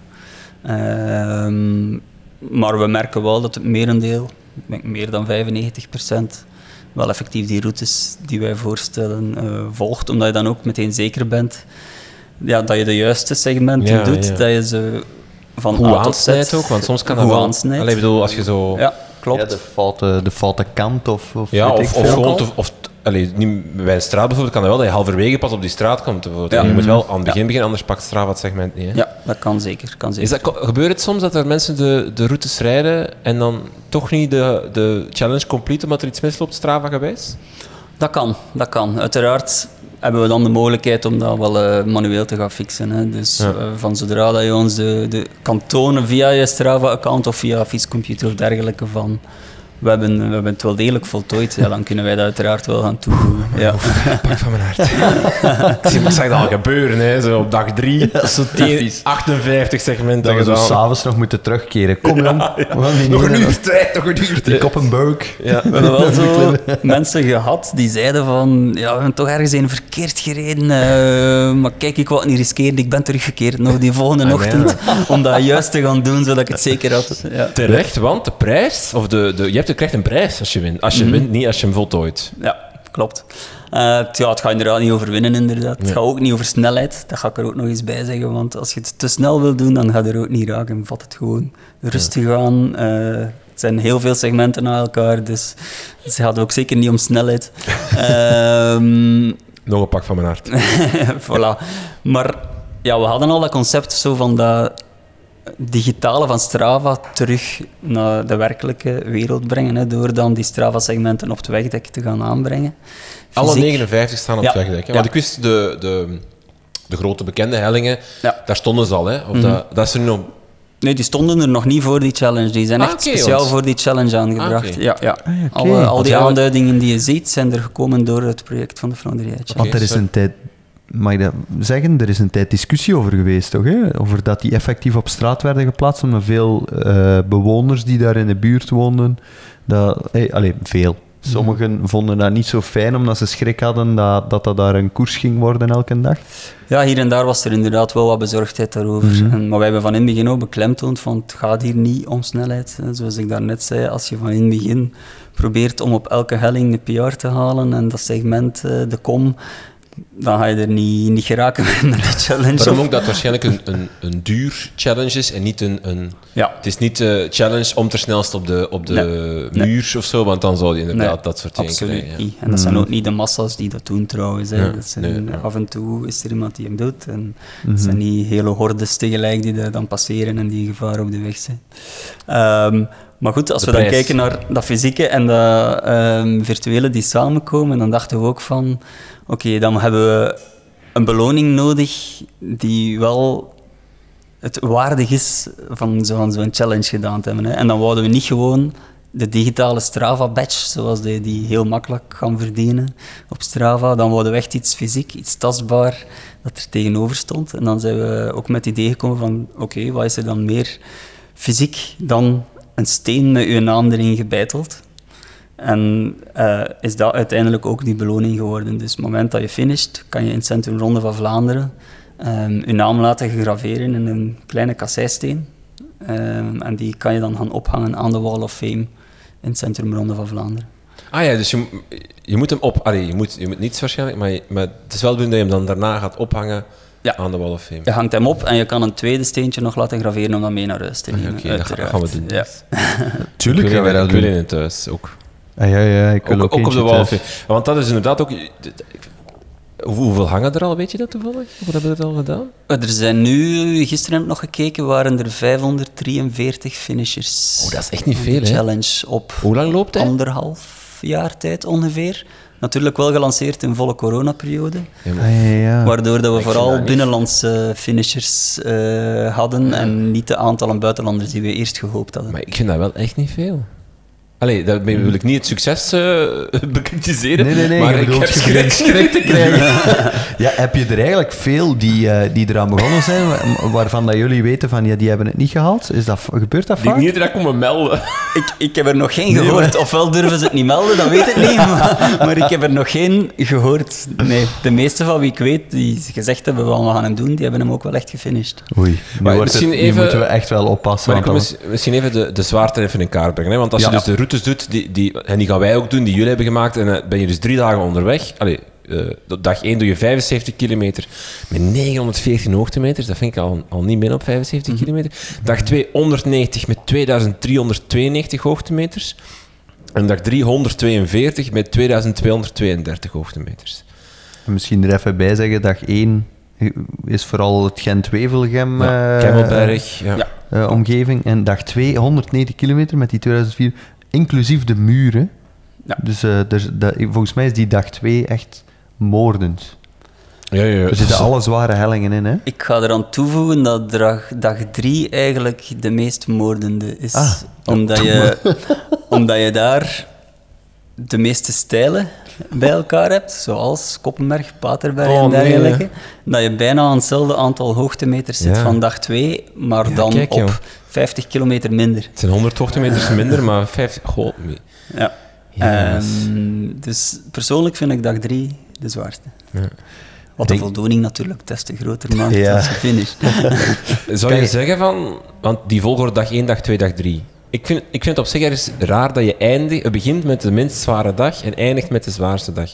Um, maar we merken wel dat het merendeel, ik denk meer dan vijfennegentig procent, wel effectief die routes die wij voorstellen uh, volgt. Omdat je dan ook meteen zeker bent ja, dat je de juiste segmenten ja, doet. Ja. Dat je ze van Hoe A tot Z... aansnijdt ook, want soms kan dat wel... Allee, ik bedoel, als je zo... Ja, klopt. Ja, de, foute, de foute kant of... of ja, of, of gewoon... Of, of, allee, niet, bij een straat bijvoorbeeld kan dat wel dat je halverwege pas op die straat komt. Ja. Je moet wel aan het begin ja. beginnen, anders pakt Strava het segment niet. Hè? Ja, dat kan zeker. Kan zeker. Is dat, gebeurt het soms dat er mensen de, de routes rijden en dan toch niet de, de challenge complete omdat er iets misloopt, Strava gewijs? Dat kan, dat kan. Uiteraard hebben we dan de mogelijkheid om dat wel uh, manueel te gaan fixen. Hè. Dus ja. uh, van zodra dat je ons de, de kan tonen via je Strava-account of via fietscomputer of dergelijke van... We hebben, we hebben het wel degelijk voltooid, ja, dan kunnen wij dat uiteraard wel gaan toevoegen. Ja. Pak van mijn hart. Ik zag dat al gebeuren, hè, zo op dag drie. Ja, zo achtenvijftig segmenten dat we zo s'avonds nog moeten terugkeren. Kom dan. Ja, ja. Ja. Nog een uur tijd, nog een uur tijd. Die Koppenberg. Ja. We hebben wel zo mensen gehad die zeiden van, ja, we hebben toch ergens een verkeerd gereden, uh, maar kijk, ik wou het niet riskeren, ik ben teruggekeerd nog die volgende ah, ochtend, ja. om dat juist te gaan doen, zodat ik het zeker had. Ja. Terecht, want de prijs, of de, de, je hebt je krijgt een prijs als je wint. Als je mm-hmm. wint, niet als je hem voltooit. Ja, klopt. Uh, het, ja, het gaat inderdaad niet over winnen, inderdaad. Ja. Het gaat ook niet over snelheid. Dat ga ik er ook nog eens bij zeggen. Want als je het te snel wil doen, dan gaat er ook niet raken. Vat het gewoon rustig ja. aan. Uh, het zijn heel veel segmenten na elkaar, dus het gaat ook zeker niet om snelheid. um, nog een pak van mijn hart. Voilà. Maar ja, we hadden al dat concept zo van dat... digitale van Strava terug naar de werkelijke wereld brengen, hè, door dan die Strava-segmenten op het wegdek te gaan aanbrengen. Fysiek. Alle negenenvijftig staan op ja. het wegdek. Hè? Want ja. ik wist, de, de, de grote bekende hellingen, ja. daar stonden ze al. Hè? Of mm-hmm. dat, dat is er nog... Nee, die stonden er nog niet voor die challenge. Die zijn ah, echt okay, speciaal want... voor die challenge aangebracht. Ah, okay. Ja, ja. Ah, okay. Alle, al die aanduidingen die je ziet, zijn er gekomen door het project van de Flandrië Challenge. Want er is een tijd... Mag ik dat zeggen? Er is een tijd discussie over geweest, toch? Hè? Over dat die effectief op straat werden geplaatst, omdat veel uh, bewoners die daar in de buurt woonden, dat, hey, allez, veel. Sommigen mm. vonden dat niet zo fijn, omdat ze schrik hadden dat, dat dat daar een koers ging worden elke dag. Ja, hier en daar was er inderdaad wel wat bezorgdheid daarover. Mm-hmm. En, maar wij hebben van in het begin ook beklemtoond van het gaat hier niet om snelheid. Zoals ik daarnet zei, als je van in het begin probeert om op elke helling een P R te halen en dat segment, de kom... dan ga je er niet, niet geraken met de challenge. Waarom ook dat het waarschijnlijk een, een, een duur challenge is en niet een... een ja. Het is niet de challenge om ter snelst op de, op de nee. muur nee. of zo, want dan zou je inderdaad nee, dat soort dingen absoluut krijgen. Niet. En dat mm. zijn ook niet de massa's die dat doen trouwens. Hè. Ja. Dat zijn, nee, ja. Af en toe is er iemand die hem doet. En mm-hmm. het zijn niet hele hordes tegelijk die daar dan passeren en die gevaar op de weg zijn. Um, Maar goed, als de we prijs. dan kijken naar dat fysieke en dat um, virtuele die samenkomen, dan dachten we ook van, oké, okay, dan hebben we een beloning nodig die wel het waardig is van zo'n zo'n challenge gedaan te hebben. Hè. En dan wouden we niet gewoon de digitale Strava-badge, zoals die, die heel makkelijk gaan verdienen op Strava. Dan wouden we echt iets fysiek, iets tastbaar, dat er tegenover stond. En dan zijn we ook met het idee gekomen van, oké, okay, wat is er dan meer fysiek dan een steen met uw naam erin gebeiteld. En uh, is dat uiteindelijk ook die beloning geworden. Dus op het moment dat je finisht, kan je in het Centrum Ronde van Vlaanderen um, je naam laten graveren in een kleine kasseisteen. Um, en die kan je dan gaan ophangen aan de Wall of Fame in het Centrum Ronde van Vlaanderen. Ah ja, dus je, je moet hem op... Allee, je, moet, je moet niets waarschijnlijk, maar, je, maar het is wel bedoeld dat je hem dan daarna gaat ophangen Ja. aan de Wall of Fame. Je hangt hem op en je kan een tweede steentje nog laten graveren om dat mee naar huis te nemen. Oké, dat uiteraard. gaan we doen. Ja. Tuurlijk ik gaan wij wil, dat ik wil doen. in het thuis ook. Ah, ja, ja, ik wil Ook, ook, ook op de eentje Wall of thuis. Fame. Want dat is inderdaad ook... Hoe- Hoeveel hangen er al, weet je dat toevallig? Hoeveel hebben we het al gedaan? Er zijn nu, gisteren heb ik nog gekeken, waren er vijfhonderddrieënveertig finishers. Oh, dat is echt niet veel, De hè? challenge op Hoe lang loopt hij? anderhalf jaar tijd ongeveer. Natuurlijk wel gelanceerd in volle coronaperiode. Ja, maar- Ah, ja, ja. Waardoor dat we Ik vind vooral dat niet. binnenlandse finishers eh, hadden en niet de aantallen buitenlanders die we eerst gehoopt hadden. Maar ik vind dat wel echt niet veel. Allee, daarmee wil ik niet het succes eh bekritiseren, Nee, nee, nee, maar je ik bedoelt heb je schrik, schrik te krijgen. Ja, heb je er eigenlijk veel die, eh, die eraan begonnen zijn, wa- waarvan dat jullie weten van ja, die hebben het niet gehaald? Is dat, gebeurt dat Die vaak? niet dat komen melden. Ik, ik heb er nog geen gehoord. Ofwel durven ze het niet melden, dat weet ik niet. Maar, maar ik heb er nog geen gehoord. Nee, de meeste van wie ik weet, die gezegd hebben wat we gaan hem doen, die hebben hem ook wel echt gefinished. Oei, nu, Maar wordt het, misschien nu even- moeten we echt wel oppassen. Maar ik wil want mis- misschien even de, de zwaarte even in kaart brengen. Hè? Want als Ja. je dus de routes doet, die, die, en die gaan wij ook doen, die jullie hebben gemaakt, en dan ben je dus drie dagen onderweg. Allee, eh, dag één doe je vijfenzeventig kilometer met negenhonderdveertien hoogtemeters. Dat vind ik al, al niet min op vijfenzeventig kilometer. Dag twee honderdnegentig met tweeduizend driehonderdtweeënnegentig hoogtemeters. En dag drie honderdtweeënveertig met tweeduizend tweehonderdtweeëndertig hoogtemeters. dan misschien er even bij zeggen, dag één is vooral het Gent-Wevelgem Ja, eh, Kemmelberg. Ja. ja. eh, omgeving. En dag twee honderdnegentig kilometer met die tweeduizend vier, inclusief de muren. Ja. Dus eh, er, dat, volgens mij is die dag twee echt moordend. Ja, ja, Er zitten alle zware hellingen in, hè? Ik ga eraan toevoegen dat dag, dag drie eigenlijk de meest moordende is. Ah, omdat, je, omdat je daar de meeste stijlen bij elkaar hebt, zoals Koppenberg, Paterberg Oh, en nee, dergelijke. Dat je bijna aan hetzelfde aantal hoogtemeters zit Ja. van dag twee, maar Ja, dan kijk, op joh. vijftig kilometer minder. Het zijn honderd hoogtemeters minder, maar vijftig... Goh, nee. Ja. Yes. Ehm, dus persoonlijk vind ik dag drie de zwaarste. Ja. Wat de Denk- voldoening natuurlijk des te groter maakt Ja. als je finisht. Zou je Kijk. zeggen van... Want die volgorde dag één, dag twee, dag drie. Ik vind, ik vind het op zich ergens raar dat je eindigt, het begint met de minst zware dag en eindigt met de zwaarste dag.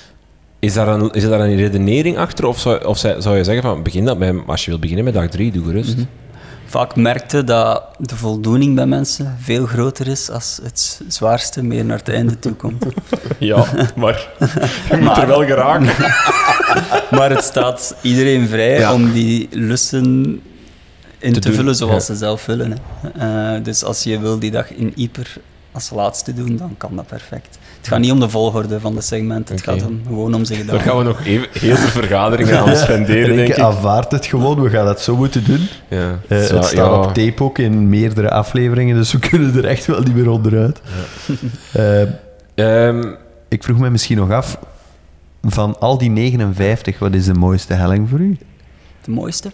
Is daar een, is daar een redenering achter? Of zou, of zou zou je zeggen van, begin dat bij, als je wilt beginnen met dag drie, doe gerust. Mhm. Vaak merkte dat de voldoening bij mensen veel groter is als het zwaarste meer naar het einde toe komt. Ja, maar je moet Maar- er wel geraken. Maar het staat iedereen vrij Ja. om die lussen in Te te, doen, vullen zoals ja. ze zelf willen. Hè. Uh, dus als je wil die dag in Yper als laatste doen, dan kan dat perfect. Het gaat niet om de volgorde van de segmenten, het Oké. gaat om, gewoon om zich Daar gedaan. gaan we nog even, heel veel vergaderingen aan spenderen, denk Renke ik. aanvaardt het gewoon, we gaan het zo moeten doen. Ja, Eh, zo, het staat ja. op tape ook in meerdere afleveringen, dus we kunnen er echt wel niet meer onderuit. Eh, Ehm, ik vroeg me misschien nog af, van al die negenenvijftig, wat is de mooiste helling voor u? De mooiste?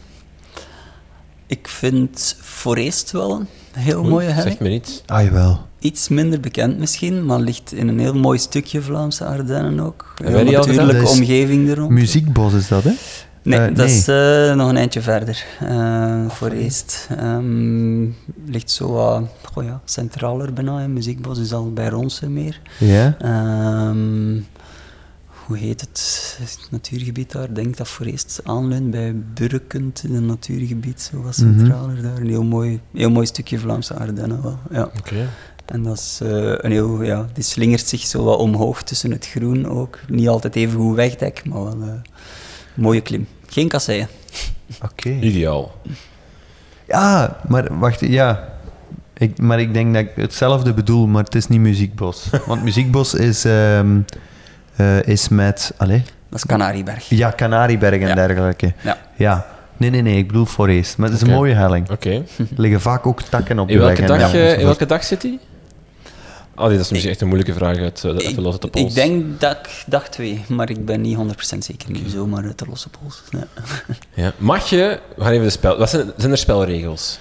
Ik vind Forest wel een heel oei, mooie helling. Zeg me niets. Ah, jawel. Iets minder bekend misschien, maar ligt in een heel mooi stukje Vlaamse Ardennen ook. Hebben wij die al gedaan? natuurlijke Dat is omgeving erom. Muziekbos is dat, hè? Nee, Eh, dat nee. is eh, nog een eindje verder. eh voor Eest. Ehm, ligt zo wat goh ja, centraler bijna. Hè. Muziekbos is al bij Ronsen meer. Ja. Ehm, hoe heet het? Het natuurgebied daar? Ik denk dat voor Eest aanleunt bij Burkent in een natuurgebied. Zo wat Mhm. centraler daar. Een heel mooi, heel mooi stukje Vlaamse Ardennen wel. Ja. Oké. En dat is eh, een heel, ja, die slingert zich zo wat omhoog tussen het groen ook. Niet altijd even goed wegdek, maar wel een mooie klim. Geen kasseien. Oké. Ideaal. Ja, maar wacht, ja. Ik, maar ik denk dat ik hetzelfde bedoel, maar het is niet Muziekbos. Want Muziekbos is, ehm, eh, is met, allez, Dat is Canarieberg. ja, Canarieberg en Ja. dergelijke. Ja. Ja. Nee, nee, nee, ik bedoel Forest. Maar het is Oké. een mooie helling. Oké. Er liggen vaak ook takken op de In welke, weg. en dag, ja, eh, in enzovoort. welke dag zit hij? Oh, nee, dat is misschien echt een moeilijke vraag uit uh, even los uit de pols. Ik denk dat ik dag twee, maar ik ben niet honderd procent zeker. Nu zomaar uit de losse pols. Ja. Ja. Mag je... We gaan even de spel... Wat zijn, zijn er spelregels?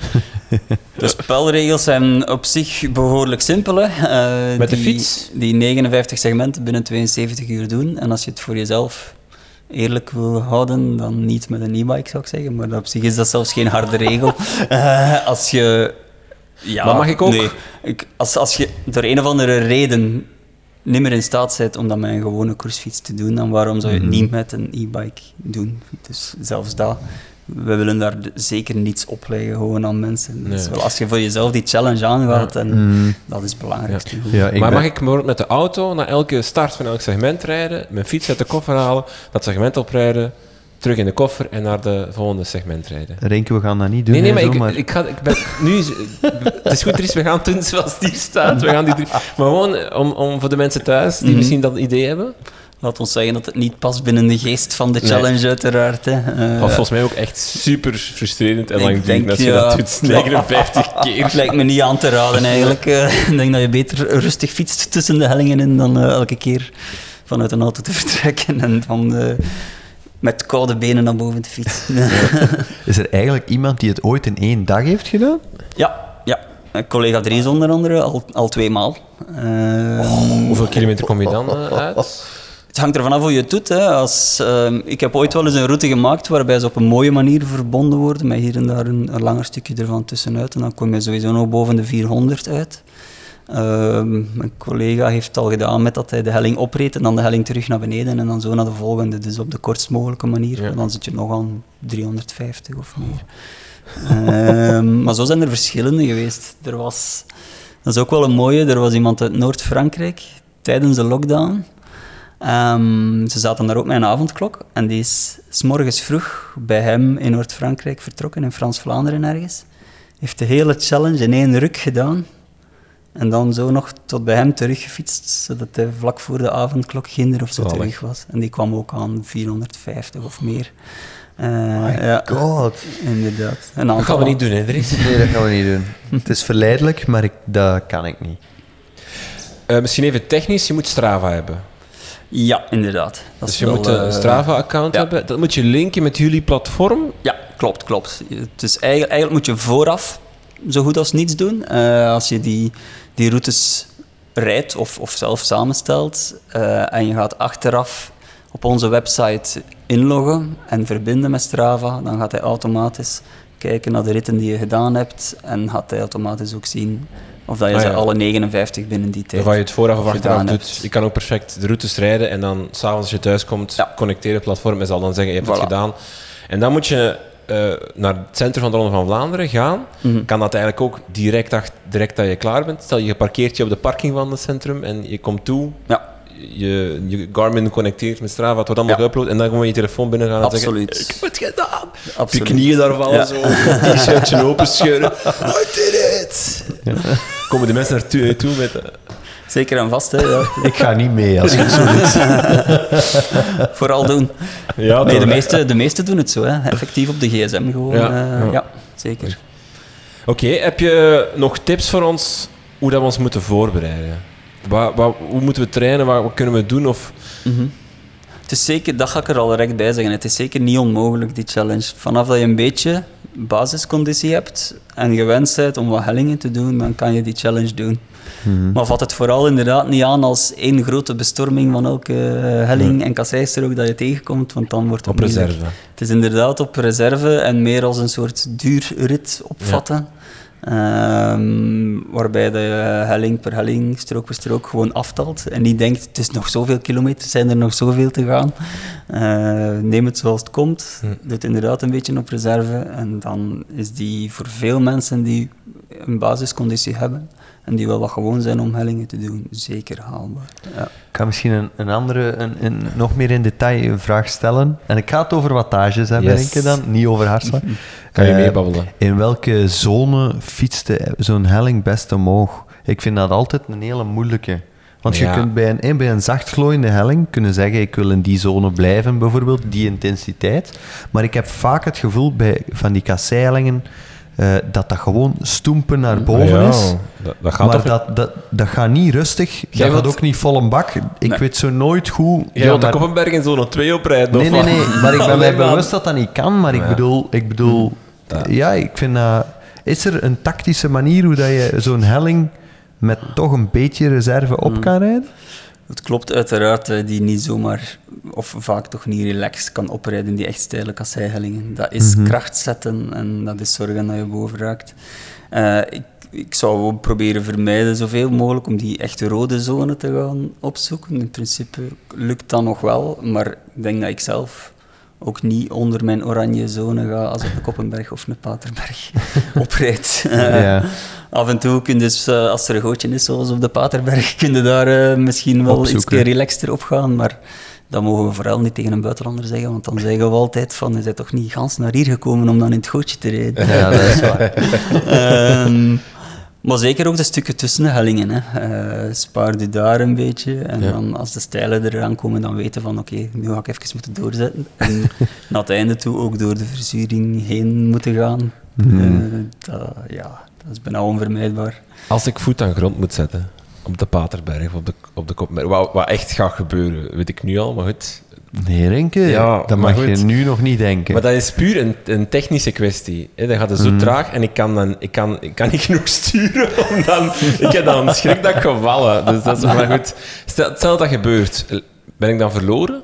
De spelregels zijn op zich behoorlijk simpel. Hè. Eh, Met de die, fiets? Die negenenvijftig segmenten binnen tweeënzeventig uur doen. En als je het voor jezelf eerlijk wil houden, dan niet met een e-bike, zou ik zeggen. Maar op zich is dat zelfs geen harde regel. Eh, als je... Ja, Maar mag ik ook? Nee. Ik, als, als je door een of andere reden niet meer in staat bent om dat met een gewone koersfiets te doen, dan waarom zou je het Mm-hmm. niet met een e-bike doen? Dus zelfs dat, we willen daar de- zeker niets opleggen gewoon aan mensen. Nee. Dus wel, als je voor jezelf die challenge aangaat, Ja. en Mm. dat is het belangrijkste. Ja, ik maar ben- mag ik bijvoorbeeld met de auto naar elke start van elk segment rijden, mijn fiets uit de koffer halen, dat segment oprijden, terug in de koffer en naar de volgende segment rijden? Renke, we gaan dat niet doen. Nee, nee, hè, maar, zo, ik, ik, ga, ik ben nu... Het is goed, Dries, we gaan het doen zoals die staat. We gaan die, doen. Maar gewoon om, om voor de mensen thuis die Mhm. misschien dat idee hebben. Laat ons zeggen dat het niet past binnen de geest van de Nee. challenge, uiteraard. Hè. Eh, Dat was volgens mij ook echt super frustrerend en Ik langdurig denk, als je ja. dat doet, negenenvijftig Het keer. lijkt me niet aan te raden eigenlijk. Eh, ik denk dat je beter rustig fietst tussen de hellingen in dan eh, elke keer vanuit een auto te vertrekken en van eh, met koude benen naar boven te fietsen. Is er eigenlijk iemand die het ooit in één dag heeft gedaan? ja, ja. Eh, Collega Dries onder andere, al, al twee maal. Eh, Hoeveel kilometer kom je dan eh, uit? Het hangt ervan af hoe je het doet. Hè. Als, eh, ik heb ooit wel eens een route gemaakt waarbij ze op een mooie manier verbonden worden, met hier en daar een, een langer stukje ervan tussenuit. En dan kom je sowieso nog boven de vierhonderd uit. Ehm, mijn collega heeft het al gedaan met dat hij de helling opreed en dan de helling terug naar beneden en dan zo naar de volgende. Dus op de kortst mogelijke manier. Ja. Dan zit je nog aan driehonderdvijftig of meer. Ehm, maar zo zijn er verschillende geweest. Er was, dat is ook wel een mooie, er was iemand uit Noord-Frankrijk tijdens de lockdown. Ehm, ze zaten daar ook met een avondklok en die is 's morgens vroeg bij hem in Noord-Frankrijk vertrokken, in Frans-Vlaanderen ergens. Heeft de hele challenge in één ruk gedaan en dan zo nog tot bij hem teruggefietst, zodat hij vlak voor de avondklok ginder of zo Zalig. terug was. En die kwam ook aan vierhonderdvijftig of meer. Eh, My ja, god. inderdaad. Een Dat aantal gaan we niet doen, hè, Dries? Nee, dat gaan we niet doen. Het is verleidelijk, maar ik, dat kan ik niet. Eh, misschien even technisch, je moet Strava hebben. Ja, inderdaad. Dat Dus is je wel, moet een eh, Strava-account ja. hebben. Dat moet je linken met jullie platform. Ja, klopt, klopt. Dus eigenlijk, eigenlijk moet je vooraf zo goed als niets doen. Eh, als je die, die routes rijdt of, of zelf samenstelt eh, en je gaat achteraf op onze website inloggen en verbinden met Strava, dan gaat hij automatisch kijken naar de ritten die je gedaan hebt en gaat hij automatisch ook zien of dat je Ah, ze ja. alle negenenvijftig binnen die tijd Of je het vooraf of achteraf gedaan doet. hebt. Je kan ook perfect de routes rijden en dan s'avonds als je thuis komt, Ja. connecteer het platform en zal dan zeggen, je hebt het Voilà. gedaan. En dan moet je eh, naar het centrum van de Ronde van Vlaanderen gaan. Mhm. Kan dat eigenlijk ook direct, ach- direct dat je klaar bent. Stel, je parkeert je op de parking van het centrum en je komt toe. Ja. Je, je Garmin connecteert met Strava, het wordt allemaal Ja. geüpload en dan gewoon je telefoon binnen gaan en Absoluut. zeggen, ik heb het gedaan. Op je Absoluut. knieën daar vallen, Ja. zo, een t-shirtje openscheuren. I did it! Komen de mensen naartoe toe met... eh, Zeker en vast, hè. Ja. Ik ga niet mee als je het zo doet. Vooral doen. ja, Nee, toch, de hè? meeste, de meeste doen het zo, hè. Effectief op de gsm gewoon. Ja, Ja, ja. ja zeker. Oké, heb je nog tips voor ons hoe dat we ons moeten voorbereiden? Wat, wat, hoe moeten we trainen? Wat, wat kunnen we doen? Of... Mhm. Het is zeker, dat ga ik er al direct bij zeggen, het is zeker niet onmogelijk, die challenge. Vanaf dat je een beetje basisconditie hebt en gewend bent om wat hellingen te doen, dan kan je die challenge doen. Mhm. Maar vat het vooral inderdaad niet aan als één grote bestorming van elke eh, helling en kasseistrook dat je tegenkomt, want dan wordt het Op moeilijk. reserve. Het is inderdaad op reserve en meer als een soort duurrit opvatten. Ehm, waarbij de helling per helling, strook per strook gewoon aftalt. En niet denkt, het is nog zoveel kilometer, zijn er nog zoveel te gaan. Eh, neem het zoals het komt. Hm. Doe het inderdaad een beetje op reserve. En dan is die voor veel mensen die een basisconditie hebben en die wel wat gewoon zijn om hellingen te doen, zeker haalbaar. Ja. Ik ga misschien een, een andere, een, een, nog meer in detail een vraag stellen. En ik ga het over wattages hebben, Yes. denk ik dan, niet over hartslag. Kan je Eh, meebabbelen? In welke zone fietste zo'n helling best omhoog? Ik vind dat altijd een hele moeilijke. Want je Ja. kunt bij een, eh, bij een zachtglooiende helling kunnen zeggen, ik wil in die zone blijven, bijvoorbeeld, die intensiteit. Maar ik heb vaak het gevoel bij van die kasseihellingen eh, dat dat gewoon stoempen naar boven Ja, is. Dat, dat gaat Maar toch... dat, dat, dat gaat niet rustig. Jij Dat gaat wilt- ook niet vol een bak. Ik Nee. weet zo nooit hoe... Jij ja, wilt de maar- Koppenberg in zone twee oprijden? Nee, of nee, wat? nee. Maar ik ben mij Alleen maar- bewust dat dat niet kan. Maar ik Ja. bedoel... Ik bedoel Ja. ja, ik vind dat... Is er een tactische manier hoe dat je zo'n helling met toch een beetje reserve op Mm. kan rijden? Het klopt uiteraard uh, die niet zomaar, of vaak toch niet relaxed kan oprijden, die echt steile kasseihellingen. Dat is Mhm. kracht zetten en dat is zorgen dat je boven raakt. Uh, ik, ik zou ook proberen vermijden zoveel mogelijk om die echte rode zone te gaan opzoeken. In principe lukt dat nog wel, maar ik denk dat ik zelf ook niet onder mijn oranje zone ga als ik een Koppenberg of een Paterberg oprijd. Uh, Ja. Af en toe kun je dus, uh, als er een gootje is, zoals op de Paterberg, kun je daar uh, misschien wel Opzoeken. iets relaxter op gaan, maar dat mogen we vooral niet tegen een buitenlander zeggen, want dan zeggen we altijd van, je bent toch niet gans naar hier gekomen om dan in het gootje te rijden. Ja, dat is waar. um, maar zeker ook de stukken tussen de hellingen. Hè. Uh, spaar je daar een beetje. En Ja. dan, als de stijlen eraan komen, dan weten van oké, okay, nu ga ik even moeten doorzetten. En naar het einde toe ook door de verzuring heen moeten gaan. Mhm. Uh, dat, ja, dat is bijna onvermijdbaar. Als ik voet aan grond moet zetten, op de Paterberg of op de, op de Koppenberg, wat, wat echt gaat gebeuren, weet ik nu al, maar goed. Nee, Renke, Ja, dat maar mag goed. je nu nog niet denken. Maar dat is puur een, een technische kwestie. Hè. Dan gaat het zo Mm. traag en ik kan, dan, ik, kan, ik kan niet genoeg sturen. Om dan, ik heb dan schrik dat ik ga vallen. Dus dat is maar goed. Stel, stel dat dat gebeurt, ben ik dan verloren?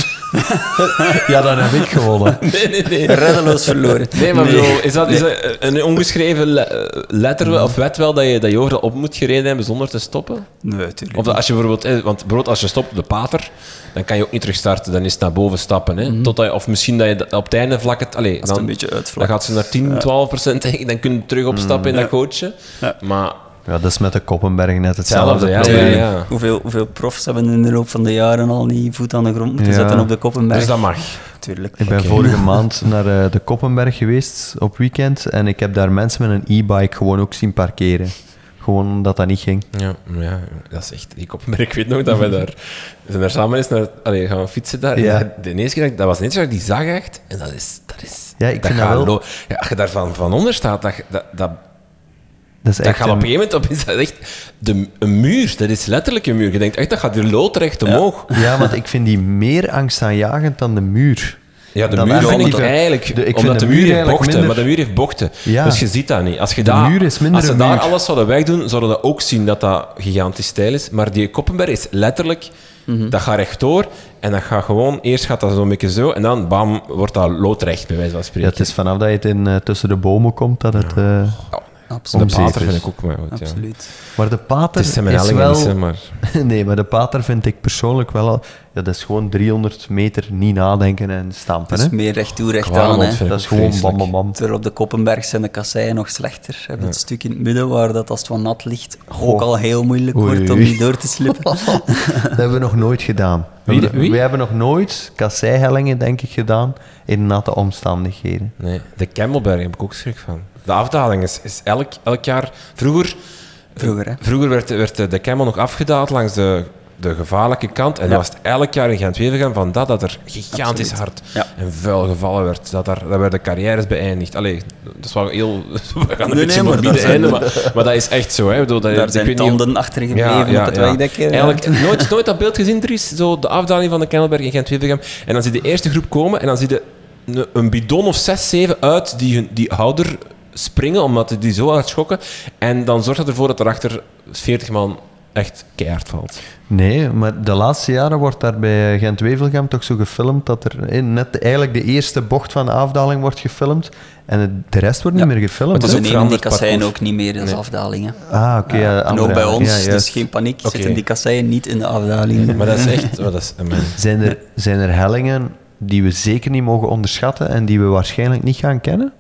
Ja, dan heb ik gewonnen. Nee, nee, nee. Reddeloos verloren. Nee, maar Nee. bedoel, is dat, is dat een ongeschreven le- letter of wet wel dat je, dat je overal op moet gereden hebben zonder te stoppen? Nee, natuurlijk. Of dat als je bijvoorbeeld, eh, want bijvoorbeeld als je stopt op de Pater, dan kan je ook niet terugstarten, dan is het naar boven stappen. Hè? Mhm. Totdat je, of misschien dat je dat op het einde vlak het... Allee, Als het dan, een beetje dan uitvlakt. gaat ze naar tien, twaalf procent, denk ik, dan kun je terug opstappen in Ja. dat coachje. Ja. Maar Ja, dat is met de Koppenberg net hetzelfde. hetzelfde, ja, probleem. ja, ja. Hoeveel, hoeveel profs hebben in de loop van de jaren al niet voet aan de grond moeten Ja. zetten op de Koppenberg? Dus dat mag. Tuurlijk. Ik ben Oké. vorige maand naar eh, de Koppenberg geweest op weekend en ik heb daar mensen met een e-bike gewoon ook zien parkeren. Gewoon omdat dat niet ging. Ja, maar ja, dat is echt... Die Koppenberg, ik weet nog dat we daar... We zijn daar samen eens naar... Allee, gaan we fietsen daar. Ja. En de eerste keer, dat ik- dat was de eerste keer dat ik die zag echt. En dat is... Dat is Ja, ik dat vind dat gaat wel- lo- Ja, als je daar van, van onder staat, dat, dat, dat, Dat is dat echt gaat op een een- gegeven moment op... Is dat echt de, een muur. Dat is letterlijk een muur. Je denkt echt, dat gaat hier loodrecht omhoog. Ja, want ik vind die meer angstaanjagend dan de muur. Ja, de Dan muur vind ik effectief- eigenlijk... de- ik omdat vind de de muur muur heeft eigenlijk bochten, minder- maar de muur heeft bochten. Ja. Dus je ziet dat niet. Als, je De daar, muur is minder als ze een daar muur. alles zouden wegdoen, zouden we ook zien dat dat gigantisch stijl is. Maar die Koppenberg is letterlijk... Dat gaat rechtdoor en dat gaat gewoon... Eerst gaat dat zo'n beetje zo en dan bam, wordt dat loodrecht, bij wijze van Ja, spreken. het is vanaf dat je het in, eh, tussen de bomen komt dat het... eh, de Absoluut. Om pater zeker vind is. ik ook maar goed, ja. Absoluut. Maar de pater Het is mijn is hellingen niet, hè, wel... maar... Nee, maar de pater vind ik persoonlijk wel al... Ja, dat is gewoon driehonderd meter niet nadenken en stampen. Het is Hè? meer recht toe, recht Kwaadmond aan. Hè. vind ik Dat is ook gewoon vreselijk. bam, bam, bam. Terwijl op de Koppenberg zijn de kasseien nog slechter. Je hebt Ja. het stuk in het midden waar dat als het wat nat ligt Goh. ook al heel moeilijk Oei, wordt om oei. niet door te slippen. Dat hebben we nog nooit gedaan. Wie- We- wie? We hebben nog nooit kasseihellingen, denk ik, gedaan in natte omstandigheden. Nee, de Kemmelberg heb ik ook schrik van. De afdaling is, is elk, elk jaar... Vroeger, Vroeger, hè. vroeger werd, werd de Kemmel nog afgedaald langs de, de gevaarlijke kant. En Ja. dan was het elk jaar in Gent-Wevelgem van dat, dat er gigantisch Absoluut. hard Ja. en vuil gevallen werd. Dat, daar, dat werden carrières beëindigd. Allee, dat is wel heel... We gaan een Nee, beetje nee, maar morbide daar zijn- einde, maar, maar dat is echt zo. Hè. Ik bedoel, dat, Daar ik zijn weet niet- tanden achter gebleven op het wegdek. hè. Eigenlijk nooit, nooit dat beeld gezien, er is zo de afdaling van de Kemmelberg in Gent-Wevelgem. En dan zie je de eerste groep komen en dan zie je een, een bidon of zes, zeven uit die, hun- die houder springen, omdat die zo hard schokken. En dan zorgt dat ervoor dat erachter veertig man echt keihard valt. Nee, maar de laatste jaren wordt daar bij Gent-Wevelgem toch zo gefilmd dat er eh, net eigenlijk de eerste bocht van de afdaling wordt gefilmd en het- de rest wordt niet Ja. meer gefilmd. Maar het is We ook nemen die veranderd kasseien parcours. ook niet meer als Nee. afdalingen. Ah, oké. ja, en andere- ook bij ons, ja, dus juist. geen paniek, Oké. zitten die kasseien niet in de afdaling. Maar dat is echt... Maar dat is, amai. Zijn er, zijn er hellingen die we zeker niet mogen onderschatten en die we waarschijnlijk niet gaan kennen?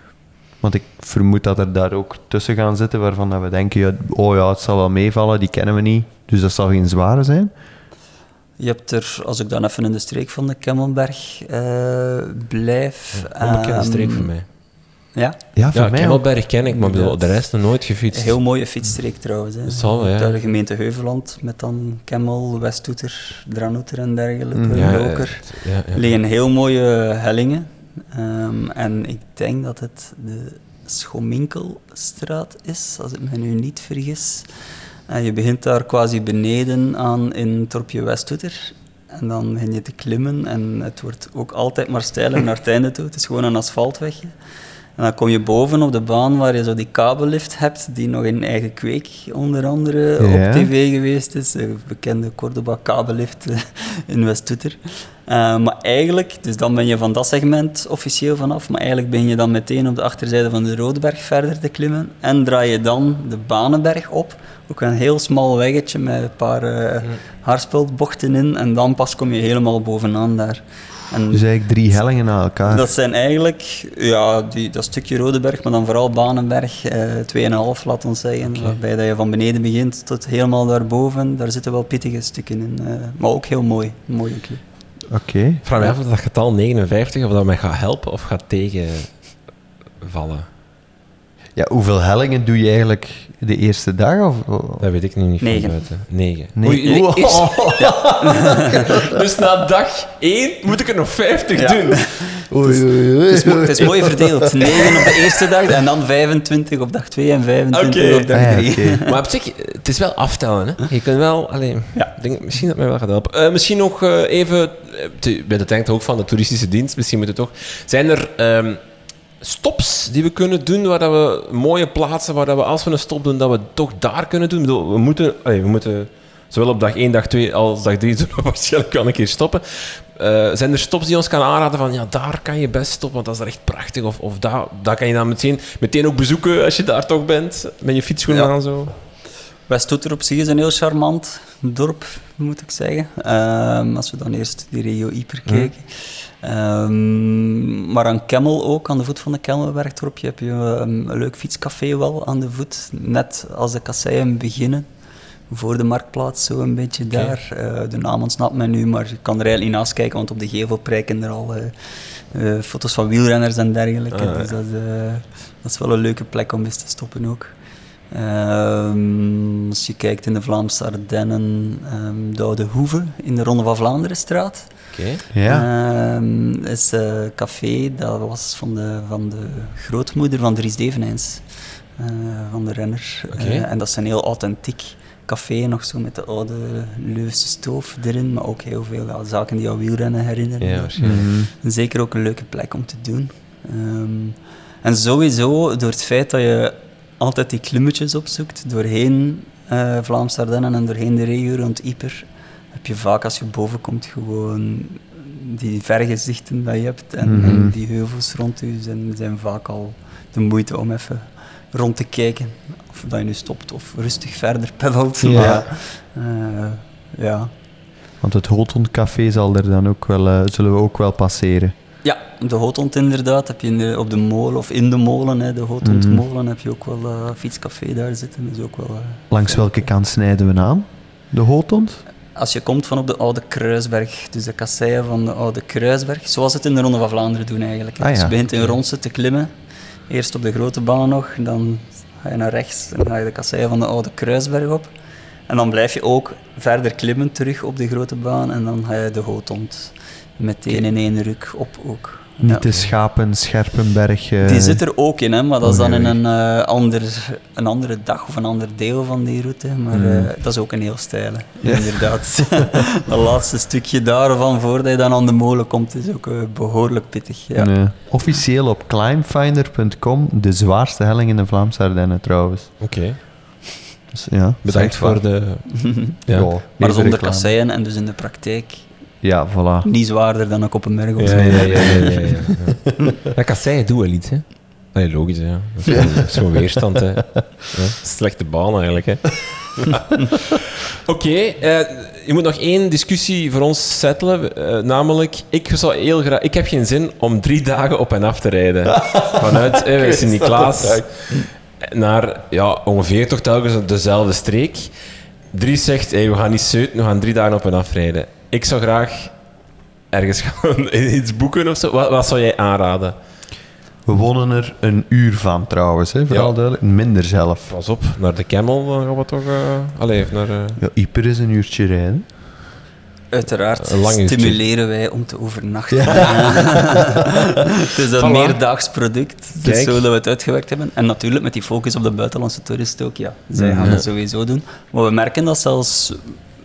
Want ik vermoed dat er daar ook tussen gaan zitten waarvan dat we denken, ja, oh ja, het zal wel meevallen, die kennen we niet, dus dat zal geen zware zijn. Je hebt er, als ik dan even in de streek van de Kemmelberg eh, blijf... Onbekende ehm, streek voor mij. Ja, Ja, voor Ja, mij ook. Kemmelberg ken ik, maar bedoel, de rest nog nooit gefietst. een heel mooie fietsstreek trouwens. Hè. Dat zal wel, ja. Daar de gemeente Heuveland met dan Kemmel, Westtoeter, Dranoeter en dergelijke, Mm. ja, Loker. ja, ja. liggen heel mooie hellingen. Ehm, en ik denk dat het de Schominkelstraat is, als ik me nu niet vergis. En je begint daar quasi beneden aan in het dorpje Westtoeter. En dan begin je te klimmen en het wordt ook altijd maar steiler naar het einde toe. Het is gewoon een asfaltwegje. En dan kom je boven op de baan waar je zo die kabellift hebt, die nog in eigen kweek onder andere Ja. op tv geweest is. De bekende Cordoba kabellift uh, in West-Toeter. Uh, maar eigenlijk, dus dan ben je van dat segment officieel vanaf, maar eigenlijk ben je dan meteen op de achterzijde van de Rodeberg verder te klimmen en draai je dan de Banenberg op. Ook een heel smal weggetje met een paar uh, Mm. haarspeldbochten in en dan pas kom je helemaal bovenaan daar. En Dus eigenlijk drie hellingen na elkaar. dat zijn eigenlijk, ja, die, dat stukje Rodeberg, maar dan vooral Banenberg, eh, twee en een half, laat ons zeggen. Oké. Waarbij dat je van beneden begint tot helemaal daarboven. Daar zitten wel pittige stukken in. eh, maar ook heel mooi. Een mooie club. Oké. Okay. Ik vraag me af of dat getal negenenvijftig of dat mij gaat helpen of gaat tegenvallen. Ja, hoeveel hellingen doe je eigenlijk de eerste dag? Of? Dat weet ik nu niet Negen. van buiten. Negen. Nee. Oei, nee, Oeh. eerst- Dus na dag één moet ik er nog vijftig Ja. doen. Oei, oei, oei. Het is, mo- het is mooi verdeeld. negen op de eerste dag en dan vijfentwintig op dag twee en vijfentwintig Oké. op dag Ah, ja, drie. oké. Maar op zich, het is wel aftellen. Hè? Je kunt wel... Allee, Ja. ik denk, misschien dat mij wel gaat helpen. Eh, misschien nog eh, even... eh, te- bij de tank ook van de toeristische dienst. Misschien moeten toch... Zijn er ehm, stops die we kunnen doen, waar dat we mooie plaatsen, waar dat we als we een stop doen, dat we toch daar kunnen doen? Ik bedoel, we moeten... Allee, we moeten zowel op dag één, dag twee als dag drie zullen we waarschijnlijk wel een keer stoppen. Uh, zijn er stops die ons kan aanraden van ja, daar kan je best stoppen, want dat is er echt prachtig. Of, of daar, daar kan je dan meteen, meteen ook bezoeken als je daar toch bent, met je fietsschoenen Ja. aan zo. West-Toeter op zich is een heel charmant dorp, moet ik zeggen. Um, als we dan eerst die regio Yper kijken. Um, maar aan Kemmel ook, aan de voet van de Kemmelbergdorpje, heb je um, een leuk fietscafé wel aan de voet. Net als de kasseien beginnen. Voor de marktplaats, zo een beetje Okay. daar. Uh, de naam ontsnapt mij nu, maar je kan er eigenlijk niet naast kijken, want op de gevel prijken er al uh, uh, foto's van wielrenners en dergelijke. Ah, ja. Dus dat, uh, dat is wel een leuke plek om eens te stoppen ook. Um, als je kijkt in de Vlaamse Ardennen, um, de Oude Hoeve in de Ronde van Vlaanderenstraat. Okay. Ja. Um, is een café dat was van de, van de grootmoeder van Dries Devenijns, uh, van de renner. Okay. Uh, en dat is een heel authentiek café, nog zo met de oude Leuvense stoof erin, maar ook heel veel ja, zaken die aan wielrennen herinneren. Ja, waarschijnlijk. Mm. En zeker ook een leuke plek om te doen. Um, en sowieso, door het feit dat je altijd die klimmetjes opzoekt, doorheen uh, Vlaamse Ardennen en doorheen de regio rond Yper, heb je vaak als je boven komt gewoon die vergezichten dat je hebt en, Mm-hmm. en die heuvels rond u zijn, zijn vaak al de moeite om even rond te kijken. Of dat je nu stopt of rustig verder pedalt. Ja. Maar, uh, ja. Want het Holtondcafé zal er dan ook wel, uh, zullen we ook wel passeren. Ja, de Hotond inderdaad. Heb je in de, op de molen, of in de molen, hè, de Hotondmolen, mm-hmm. heb je ook wel een uh, fietscafé daar zitten. Dus ook wel, uh, Langs welke kant snijden we aan? De Hotond? Als je komt van op de Oude Kruisberg, dus de kasseien van de Oude Kruisberg, zoals het in de Ronde van Vlaanderen doen eigenlijk. Ah, ja. Dus je begint in Ronse te klimmen, eerst op de grote baan nog, dan ga je naar rechts en ga je de kasseien van de Oude Kruisberg op. En dan blijf je ook verder klimmen terug op de grote baan en dan ga je de Hotond meteen in één ruk op ook. Niet Ja. de Schapen, Scherpenberg. Uh... Die zit er ook in, hè, maar dat is Oh, dan in nee. een, uh, ander, een andere dag of een ander deel van die route. Maar Mm. uh, dat is ook een heel stijle, Ja. inderdaad. Dat laatste stukje daarvan, voordat je dan aan de molen komt, is ook uh, behoorlijk pittig. Ja. Nee. Officieel op climbfinder punt com de zwaarste helling in de Vlaamse Ardennen trouwens. Oké. Okay. Dus, ja, Bedankt voor de... Ja. Ja, Maar even zonder reclame. kasseien en dus in de praktijk Ja, voilà. niet zwaarder dan een Koppenberg of Ja, zo. ja, ja, ja, ja, ja. Ja, kasseien doen wel iets, hè. Nee, logisch, hè. Ja. Dat is gewoon- dat is gewoon weerstand, hè. Ja. Slechte baan, eigenlijk, hè. Oké, okay, uh, je moet nog één discussie voor ons settelen. Uh, namelijk, ik zou heel graag... Ik heb geen zin om drie dagen op en af te rijden. Vanuit uh, Sint-Niklaas naar ja, ongeveer toch telkens dezelfde streek. Dries zegt, hey, we gaan niet zeuten, we gaan drie dagen op en af rijden. Ik zou graag ergens gaan iets boeken of zo. Wat, wat zou jij aanraden? We wonen er een uur van trouwens, hè, vooral Ja. duidelijk. Minder zelf. Pas op, naar de Camel dan gaan we toch... Uh, allee, naar... Uh... Ja, Yper is een uurtje rijden. Uiteraard Een lang uurtje. stimuleren wij om te overnachten. Het is een Voilà. meerdaags product, dus Kijk. zo dat we het uitgewerkt hebben. En natuurlijk met die focus op de buitenlandse toeristen ook, ja. Zij Mhm. gaan dat sowieso doen. Maar we merken dat zelfs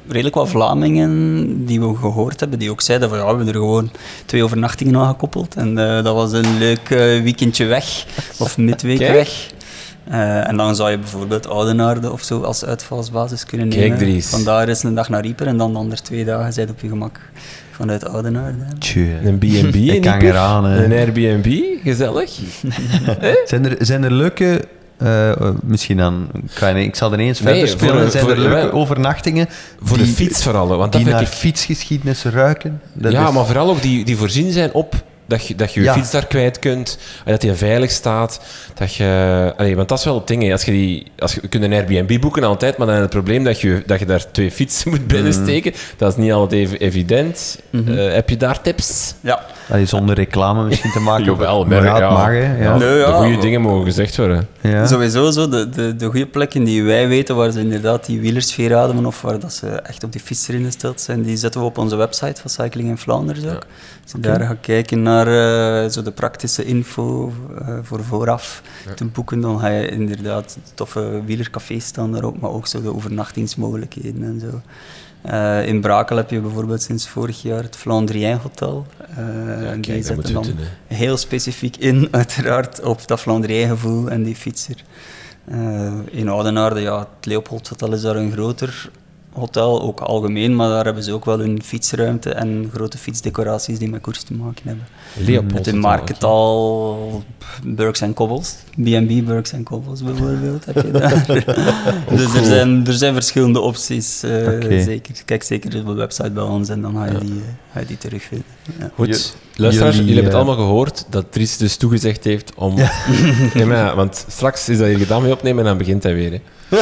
redelijk wat Vlamingen die we gehoord hebben, die ook zeiden van ja, we hebben er gewoon twee overnachtingen aan gekoppeld. En uh, dat was een leuk uh, weekendje weg, of midweek Kijk. weg. Uh, en dan zou je bijvoorbeeld Oudenaarde of zo als uitvalsbasis kunnen nemen. Kijk, Dries. Vandaar is een dag naar Ieper en dan de andere twee dagen zijn op je gemak vanuit Oudenaarde. Tjue. Een B en B in Ik kan Ieper? eraan, hè. Een Airbnb, gezellig. Zijn er, zijn er leuke... Uh, misschien dan... Kan ik, ik zal er eens Nee, verder spelen. voor- zijn voor- er leuke wel. overnachtingen Voor die, de fiets vooral, want dat die vind naar ik... fietsgeschiedenis ruiken? Dat ja, is- maar vooral ook die, die voorzien zijn op dat je dat je, je Ja. fiets daar kwijt kunt, en dat die veilig staat. Dat je, allee, want dat is wel het ding. Hè. Als je, die, als je, je kunt een Airbnb boeken altijd, maar dan is het probleem dat je, dat je daar twee fietsen moet binnensteken. Dat is niet altijd even evident. Mhm. Uh, heb je daar tips? Ja. Allee, zonder reclame misschien te maken. Jawel, maar maar het ja. mag, hè. Ja. Nee, De ja. goede dingen mogen gezegd worden. Ja. Sowieso zo, de, de, de goede plekken die wij weten, waar ze inderdaad die wielersfeer ademen of waar dat ze echt op die fiets erin gesteld zijn, die zetten we op onze website van Cycling in Vlaanderen ook. Ja. Als je daar gaat kijken naar uh, zo de praktische info uh, voor vooraf Ja. te boeken, dan ga je inderdaad toffe wielercafés staan daar ook, maar ook zo de overnachtingsmogelijkheden en zo. Uh, in Brakel heb je bijvoorbeeld sinds vorig jaar het Flandrien Hotel. Uh, Ja, en kijk, die dat zetten moeten we dan doen. Hè. heel specifiek in, uiteraard, op dat Flandrien gevoel en die fietser. Uh, in Oudenaarde, ja, het Leopold Hotel is daar een groter hotel, ook algemeen, maar daar hebben ze ook wel hun fietsruimte en grote fietsdecoraties die met koers te maken hebben. Leopold. Met in Marketal, Burks en Cobbles, B en B Burks en Cobbles bijvoorbeeld, heb je daar. Dus er cool. zijn, er zijn verschillende opties, uh, Oké. zeker. Kijk zeker op de website bij ons en dan ga je Ja. die, uh, ga je die terugvinden. Ja. Goed, J- luisteraars, jullie, jullie hebben het eh, allemaal gehoord dat Dries dus toegezegd heeft om... Ja. Ja, maar ja, want straks is dat hier gedaan mee opnemen en dan begint hij weer. Hè.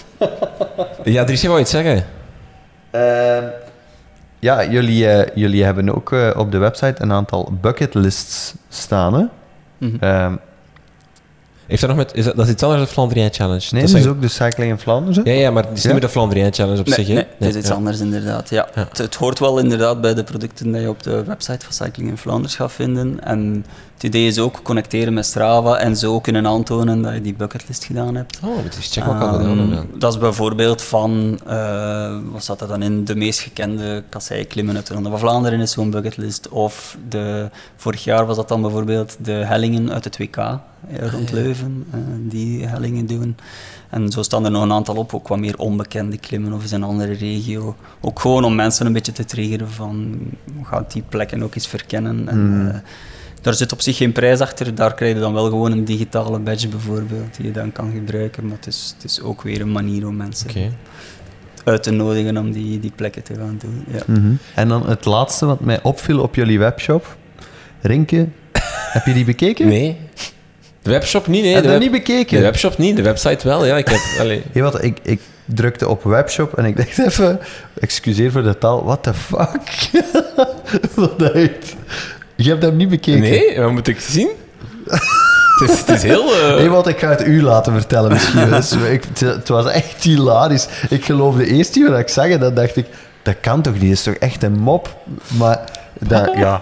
Ja, Dries, je wou iets zeggen? Ehm, ja, jullie, eh, jullie hebben ook eh, op de website een aantal bucketlists staan, hè? Mhm. Ehm, Heeft dat nog met... Is dat, dat is iets anders dan de Flandrien Challenge? nee, dat dat is zijn- ook de Cycling in Vlaanderen. Ja, ja, maar het is Ja? niet meer de Flandrien Challenge op Nee, zich, hè? nee, het is iets ja. anders inderdaad. Ja. Ja. Het, het hoort wel inderdaad bij de producten die je op de website van Cycling in Vlaanderen gaat vinden. En het idee is ook connecteren met Strava en zo kunnen aantonen dat je die bucketlist gedaan hebt. Oh, moet eens checken wat ik al gedaan Ehm, heb. dan. Dat is bijvoorbeeld van, uh, wat staat er dan in, de meest gekende kasseiklimmen uit de Ronde van Vlaanderen is zo'n bucketlist. Of de, vorig jaar was dat dan bijvoorbeeld de hellingen uit het W K eh, rond ja. Leuven, uh, die hellingen doen. En zo staan er nog een aantal op, ook wat meer onbekende klimmen of eens een andere regio. Ook gewoon om mensen een beetje te triggeren van, ga die plekken ook eens verkennen. En, Mm. uh, daar zit op zich geen prijs achter, daar krijg je dan wel gewoon een digitale badge bijvoorbeeld, die je dan kan gebruiken. Maar het is, het is ook weer een manier om mensen Oké. uit te nodigen om die, die plekken te gaan doen. Ja. Mhm. En dan het laatste wat mij opviel op jullie webshop. Rinke, heb je die bekeken? Nee. De webshop niet, nee. Heb De, je dat web- niet bekeken? de webshop niet, de website wel. Ja, ik heb... Allee. Hey, wat, ik, ik drukte op webshop en ik dacht even, excuseer voor de taal, what the fuck? Wat heet? Je hebt hem niet bekeken? Nee, wat moet ik zien? het, is, het is heel... eh, Nee, want ik ga het u laten vertellen misschien. Dus ik, het, het was echt hilarisch. Ik geloofde eerst niet wat ik zag en dan dacht ik, dat kan toch niet? Dat is toch echt een mop? Maar dat, ja...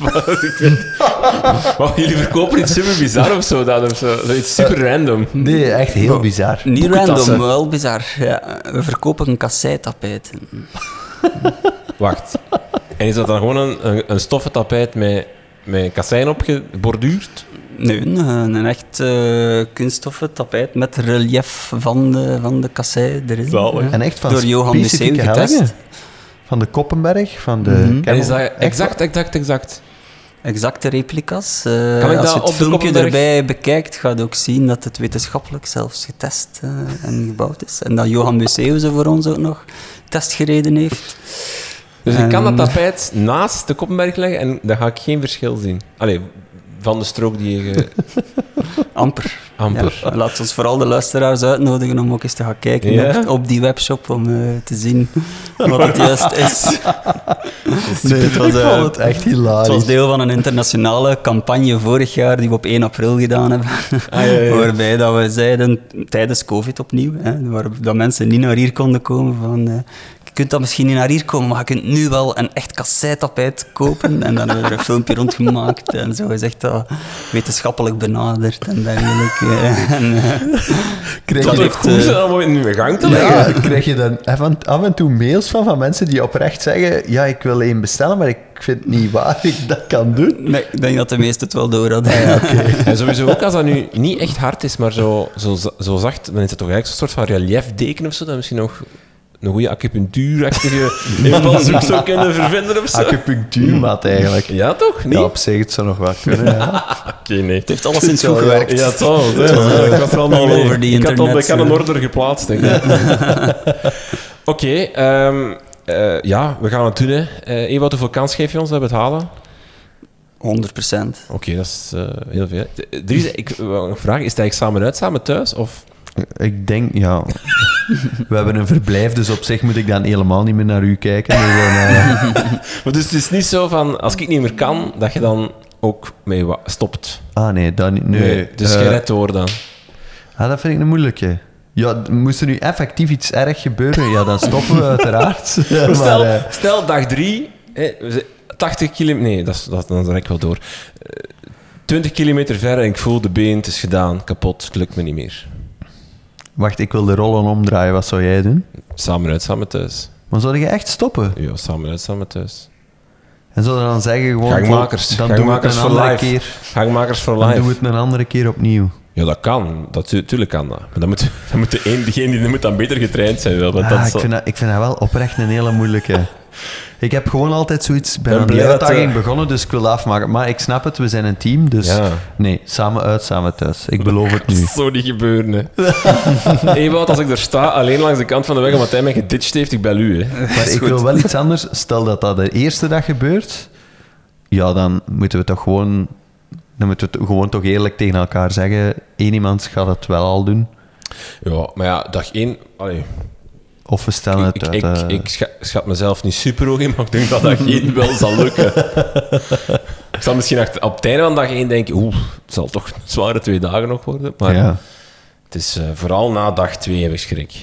Maar jullie verkopen iets super bizar of zo dan, of zo. Zoiets super random. Nee, echt heel bizar. Niet Boekentassen. random, maar wel bizar. Ja, we verkopen kasseitapijten. Wacht. En is dat dan gewoon een, een, een stoffen tapijt met, met kassein opgeborduurd? Nee, een, een echt uh, kunststoffen tapijt met relief van de, van de kassei erin. Zalig. Ja. En echt van Door Johan specifieke Museeuw getest. hellingen. Van de Koppenberg, van de... Mhm. En Camel. is dat Echt exact, exact, exact? Exacte replica's. Uh, Kan ik als dat je op het de filmpje Koppenberg- erbij bekijkt, ga je ook zien dat het wetenschappelijk zelfs getest uh, en gebouwd is. En dat Johan Museeuw ze voor ons ook nog test gereden heeft. Dus ik kan dat En- tapijt naast de Koppenberg leggen en dan ga ik geen verschil zien. Allee, van de strook die je... ge- Amper. Amper. Ja, laat ons vooral de luisteraars uitnodigen om ook eens te gaan kijken Ja? op, op die webshop om uh, te zien wat het juist is. Nee, het was, ik uh, vond het echt hilarisch. Het was deel van een internationale campagne vorig jaar die we op één april gedaan hebben. Ah, ja, ja. Waarbij dat we zeiden, tijdens COVID opnieuw, hè, waar, dat mensen niet naar hier konden komen van... Uh, je kunt dat misschien niet naar hier komen, maar je kunt nu wel een echt kasseitapijt kopen. En dan hebben we er een filmpje rond gemaakt en zo is echt dat wetenschappelijk benaderd en dergelijke. En, uh, Krijg Dat je, is goed zijn om in de gang te leggen. ja, krijg je dan af en, af en toe mails van, van mensen die oprecht zeggen, ja, ik wil één bestellen, maar ik vind het niet waar ik dat kan doen? nee, ik denk dat de meesten het wel door hadden. Ja, okay. En sowieso ook als dat nu niet echt hard is, maar zo, zo, zo zacht, dan is het toch eigenlijk zo'n soort van reliefdeken of zo, dat misschien nog een goede acupunctuurachtige invalshoek zou kunnen vervinden of zo. Acupunctuurmaat eigenlijk. Ja, toch? Niet? Ja, op zich, het zou nog wel kunnen, ja. Oké, okay, nee. Het heeft alleszins goed gewerkt. Ja, het zal wel zijn. Ik was er al All mee. over the Ik had al internet, ik had een zo. order geplaatst, denk ik. Oké, okay, um, uh, ja, we gaan het doen, hè. Uh, Ewout, hoeveel kans geef je ons dat we het halen? honderd procent. Oké, okay, dat is uh, heel veel. Dries, ik wil nog vragen, is het eigenlijk samen uit, samen thuis? Of... Ik denk, ja... We hebben een verblijf, dus op zich moet ik dan helemaal niet meer naar u kijken. Dus dan, uh... Maar dus het is niet zo van, als ik niet meer kan, dat je dan ook mee wa- stopt? Ah, nee, dat niet. Nee. Nee, dus Uh, je redt door dan? Ah, dat vind ik een moeilijke. Ja, moest er nu effectief iets erg gebeuren, ja, dan stoppen we uiteraard. Maar stel, maar, uh, stel dag drie, hè, we zijn tachtig kilometer... Nee, dat is, dat, dan rek ik wel door. Uh, twintig kilometer ver en ik voel de been, het is gedaan, kapot, het lukt me niet meer. Wacht, ik wil de rollen omdraaien. Wat zou jij doen? Samen uit, samen thuis. Maar zou je echt stoppen? Ja, samen uit, samen thuis. En zou je dan zeggen gewoon... Gangmakers. Dan doen we het Gangmakers een voor andere life. keer. Gangmakers voor Dan life. doen we het een andere keer opnieuw. Ja, dat kan. Dat, tu- tuurlijk kan dat. Maar dan moet, dan moet de een, degene die moet dan beter getraind zijn. Wel, want Ah, dat is ik, zo- vind dat, ik vind dat wel oprecht een hele moeilijke. Ik heb gewoon altijd zoiets... Ik ben Ben aan die blij dat, uitdaging eh, begonnen, dus ik wil afmaken. Maar ik snap het, we zijn een team, dus... Ja. Nee, samen uit, samen thuis. Ik beloof het nu. Dat zou niet gebeuren, hè. Ewout, als ik er sta, alleen langs de kant van de weg, omdat hij mij geditcht heeft, ik bel u, hè. Maar ik wil wel iets anders. Stel dat dat de eerste dag gebeurt, ja, dan moeten we toch gewoon... Dan moeten we het gewoon toch eerlijk tegen elkaar zeggen. Eén iemand gaat het wel al doen. Ja, maar ja, dag één... Allee, Of we stellen het ik, uit. ik, eh, ik scha- schat mezelf niet super hoog in, maar ik denk dat dag één wel zal lukken. Ik zal misschien achter, op het einde van dag één denken, oeh, het zal toch zware twee dagen nog worden. Maar ja. het is uh, vooral na dag twee heb ik schrik.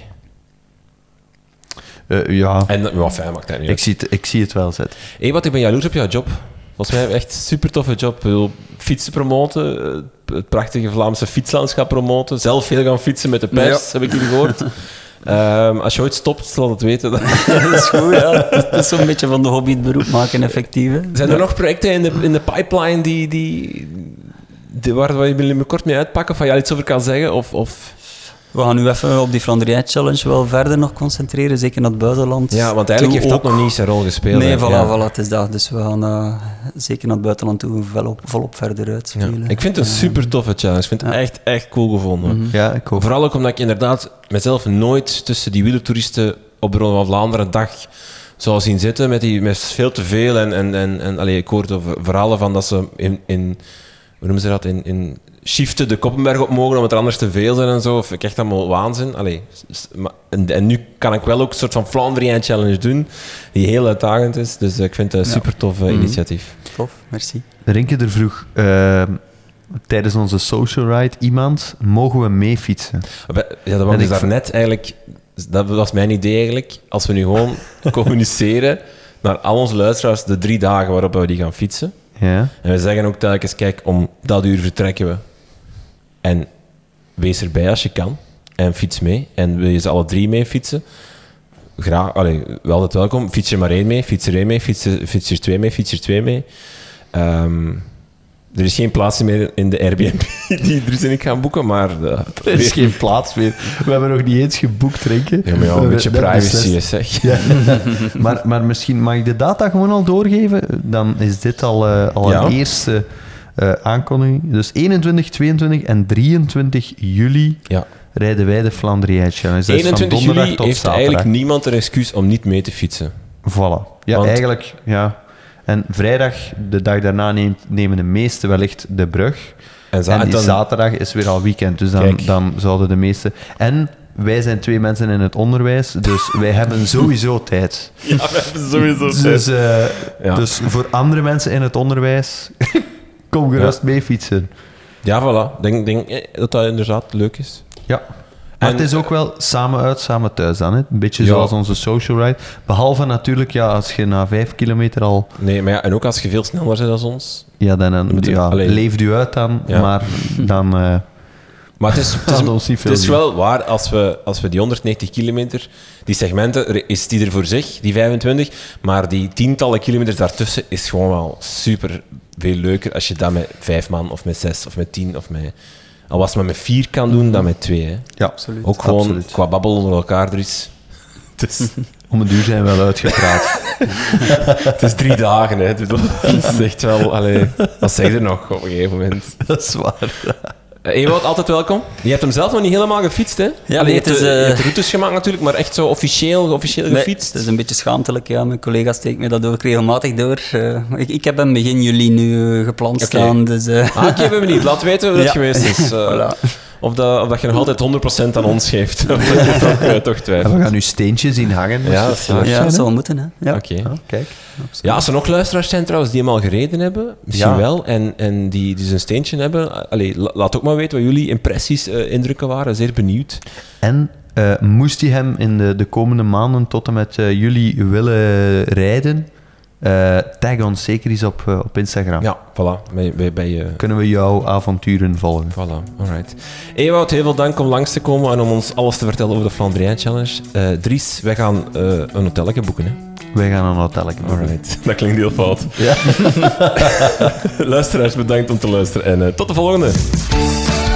Uh, ja, En ja, fijn, maakt dat niet ik uit. zie, het, ik zie het wel zitten. Hé, wat ik ben jaloers op jouw job. Volgens mij echt een super toffe job. Ik wil fietsen promoten, eh, het prachtige Vlaamse fietslandschap promoten. Zelf veel gaan fietsen met de pers, heb ik hier gehoord. Um, als je ooit stopt, zal het weten. Dat is goed, ja. Het is zo'n beetje van de hobby het beroep maken, effectief. Hè. Zijn er nog projecten in de, in de pipeline die, die, die, waar we je kort mee uitpakken, of waar je iets over kan zeggen? Of, of... We gaan nu even op die Flandrië Challenge wel verder nog concentreren, zeker naar het buitenland. Ja, want eigenlijk toe heeft dat ook. nog niet zijn rol gespeeld. Nee, hè. voilà, Ja. voilà, het is dat. Dus we gaan uh, zeker naar het buitenland toe volop, volop verder uitspelen. Ja. Ik vind het een Uh, super toffe challenge. Ik vind het ja. echt, echt cool gevonden. Mhm. Ja, ik hoop. Vooral ook omdat ik inderdaad mezelf nooit tussen die wielertoeristen op de Ronde van Vlaanderen een dag zou zien zitten met, die, met veel te veel. En, en, en, en allee, ik hoorde over verhalen van dat ze in, in hoe noemen ze dat, in, in shiften de Koppenberg op mogen omdat er anders te veel zijn en zo. Vind ik echt allemaal waanzin. Allee, s- maar, en, en nu kan ik wel ook een soort van Flandriën Challenge doen, die heel uitdagend is. Dus ik vind het een Ja. super tof Mhm. initiatief. Tof, merci. Rinke er vroeg uh, tijdens onze social ride iemand, mogen we mee fietsen? Ja, dat was En dus ik- daarnet eigenlijk... Dat was mijn idee eigenlijk. Als we nu gewoon communiceren naar al onze luisteraars de drie dagen waarop we die gaan fietsen. Ja. En we zeggen ook telkens, kijk, om dat uur vertrekken we. En wees erbij als je kan. En fiets mee. En wil je ze alle drie mee fietsen? Graag, allee, wel altijd welkom. Fiets er maar één mee, fiets er één mee, fiets er, fiets er twee mee, fiets er twee mee. Ehm, er is geen plaats meer in de Airbnb die Dries en ik gaan boeken, maar... Uh, Er is geen plaats meer. We hebben nog niet eens geboekt, Rinke. Ja, maar ja, We een beetje hebben net privacy, beslist. zeg. Ja. maar, maar misschien mag ik de data gewoon al doorgeven. Dan is dit al, uh, al Ja. een eerste uh, aankondiging. Dus eenentwintig, tweeëntwintig en drieëntwintig juli Ja. rijden wij de Flandrië Challenge. Dat is van eenentwintig donderdag juli tot heeft zaterdag. eigenlijk niemand een excuus om niet mee te fietsen. Voilà. Ja, Want- eigenlijk, ja. En vrijdag, de dag daarna, neemt, nemen de meesten wellicht de brug. En, za- En en die dan, zaterdag is weer al weekend, dus dan, Kijk. dan zouden de meesten... En wij zijn twee mensen in het onderwijs, dus wij hebben sowieso tijd. ja, we hebben sowieso Dus, eh, Ja. dus voor andere mensen in het onderwijs, kom gerust mee fietsen. Ja, voilà. Ik denk, denk eh, dat dat inderdaad leuk is. Ja. Maar En- het is ook wel samen uit, samen thuis dan. Hè? Een beetje Ja. zoals onze social ride. Behalve natuurlijk, ja, als je na vijf kilometer al... Nee, maar ja, en ook als je veel sneller bent dan ons. Ja, dan, dan Moet je- ja, allee. leeft u uit dan, Ja. maar dan... eh Maar het is, het is, Gaat ons niet veel het is zien. wel waar, als we, als we die honderdnegentig kilometer, die segmenten, er- is die er voor zich, die vijfentwintig, maar die tientallen kilometers daartussen is gewoon wel super veel leuker als je dat met vijf man, of met zes, of met tien, of met... Al was het maar met vier kan doen, dan met twee. Hè. ja, Absoluut. Ook gewoon Absoluut. qua babbel onder elkaar er is... Het is, om het uur zijn we wel uitgepraat. het is drie dagen, hè. Het is echt wel... Allee, wat zeg je er nog op een gegeven moment? Dat is waar. Uh, Ewout, altijd welkom. Je hebt hem zelf nog niet helemaal gefietst, hè? Ja, Allee, nee, je, hebt, het is, eh, je eh, hebt routes gemaakt natuurlijk, maar echt zo officieel, officieel Nee, gefietst. het is een beetje schaamtelijk, ja. Mijn collega steekt me dat ook regelmatig door. Uh, ik, ik heb hem begin juli nu uh, gepland Oké. staan, dus... Uh, Ah, ik heb hem niet. Laat weten hoe dat Ja. geweest is. Uh, Voilà. of, dat, of dat je nog altijd honderd procent aan ons geeft. Of dat je toch, uh, toch En twijfelt. we gaan nu steentjes zien hangen. dus Ja, het dat is zou waar. ja, zijn, dat hè? zal moeten, hè. Ja. Oké. Ja, kijk. Ja, als er nog luisteraars zijn trouwens die hem al gereden hebben, misschien Ja. wel, en, en die dus een steentje hebben, allee, la- laat ook maar weten wat jullie impressies, uh, indrukken waren. Zeer benieuwd. En eh, moest hij hem in de, de komende maanden tot en met eh, juli willen rijden, eh, tag ons zeker eens op, eh, op Instagram. Ja, voilà. Bij, bij, bij, uh, Kunnen we jouw avonturen volgen. Voilà, alright. Ewout, heel veel dank om langs te komen en om ons alles te vertellen over de Flandriën Challenge. Uh, Dries, wij gaan uh, een hotelletje boeken, hè? Wij gaan een hotel. Alright, dat klinkt heel fout. Ja. Luisteraars, bedankt om te luisteren en uh, tot de volgende.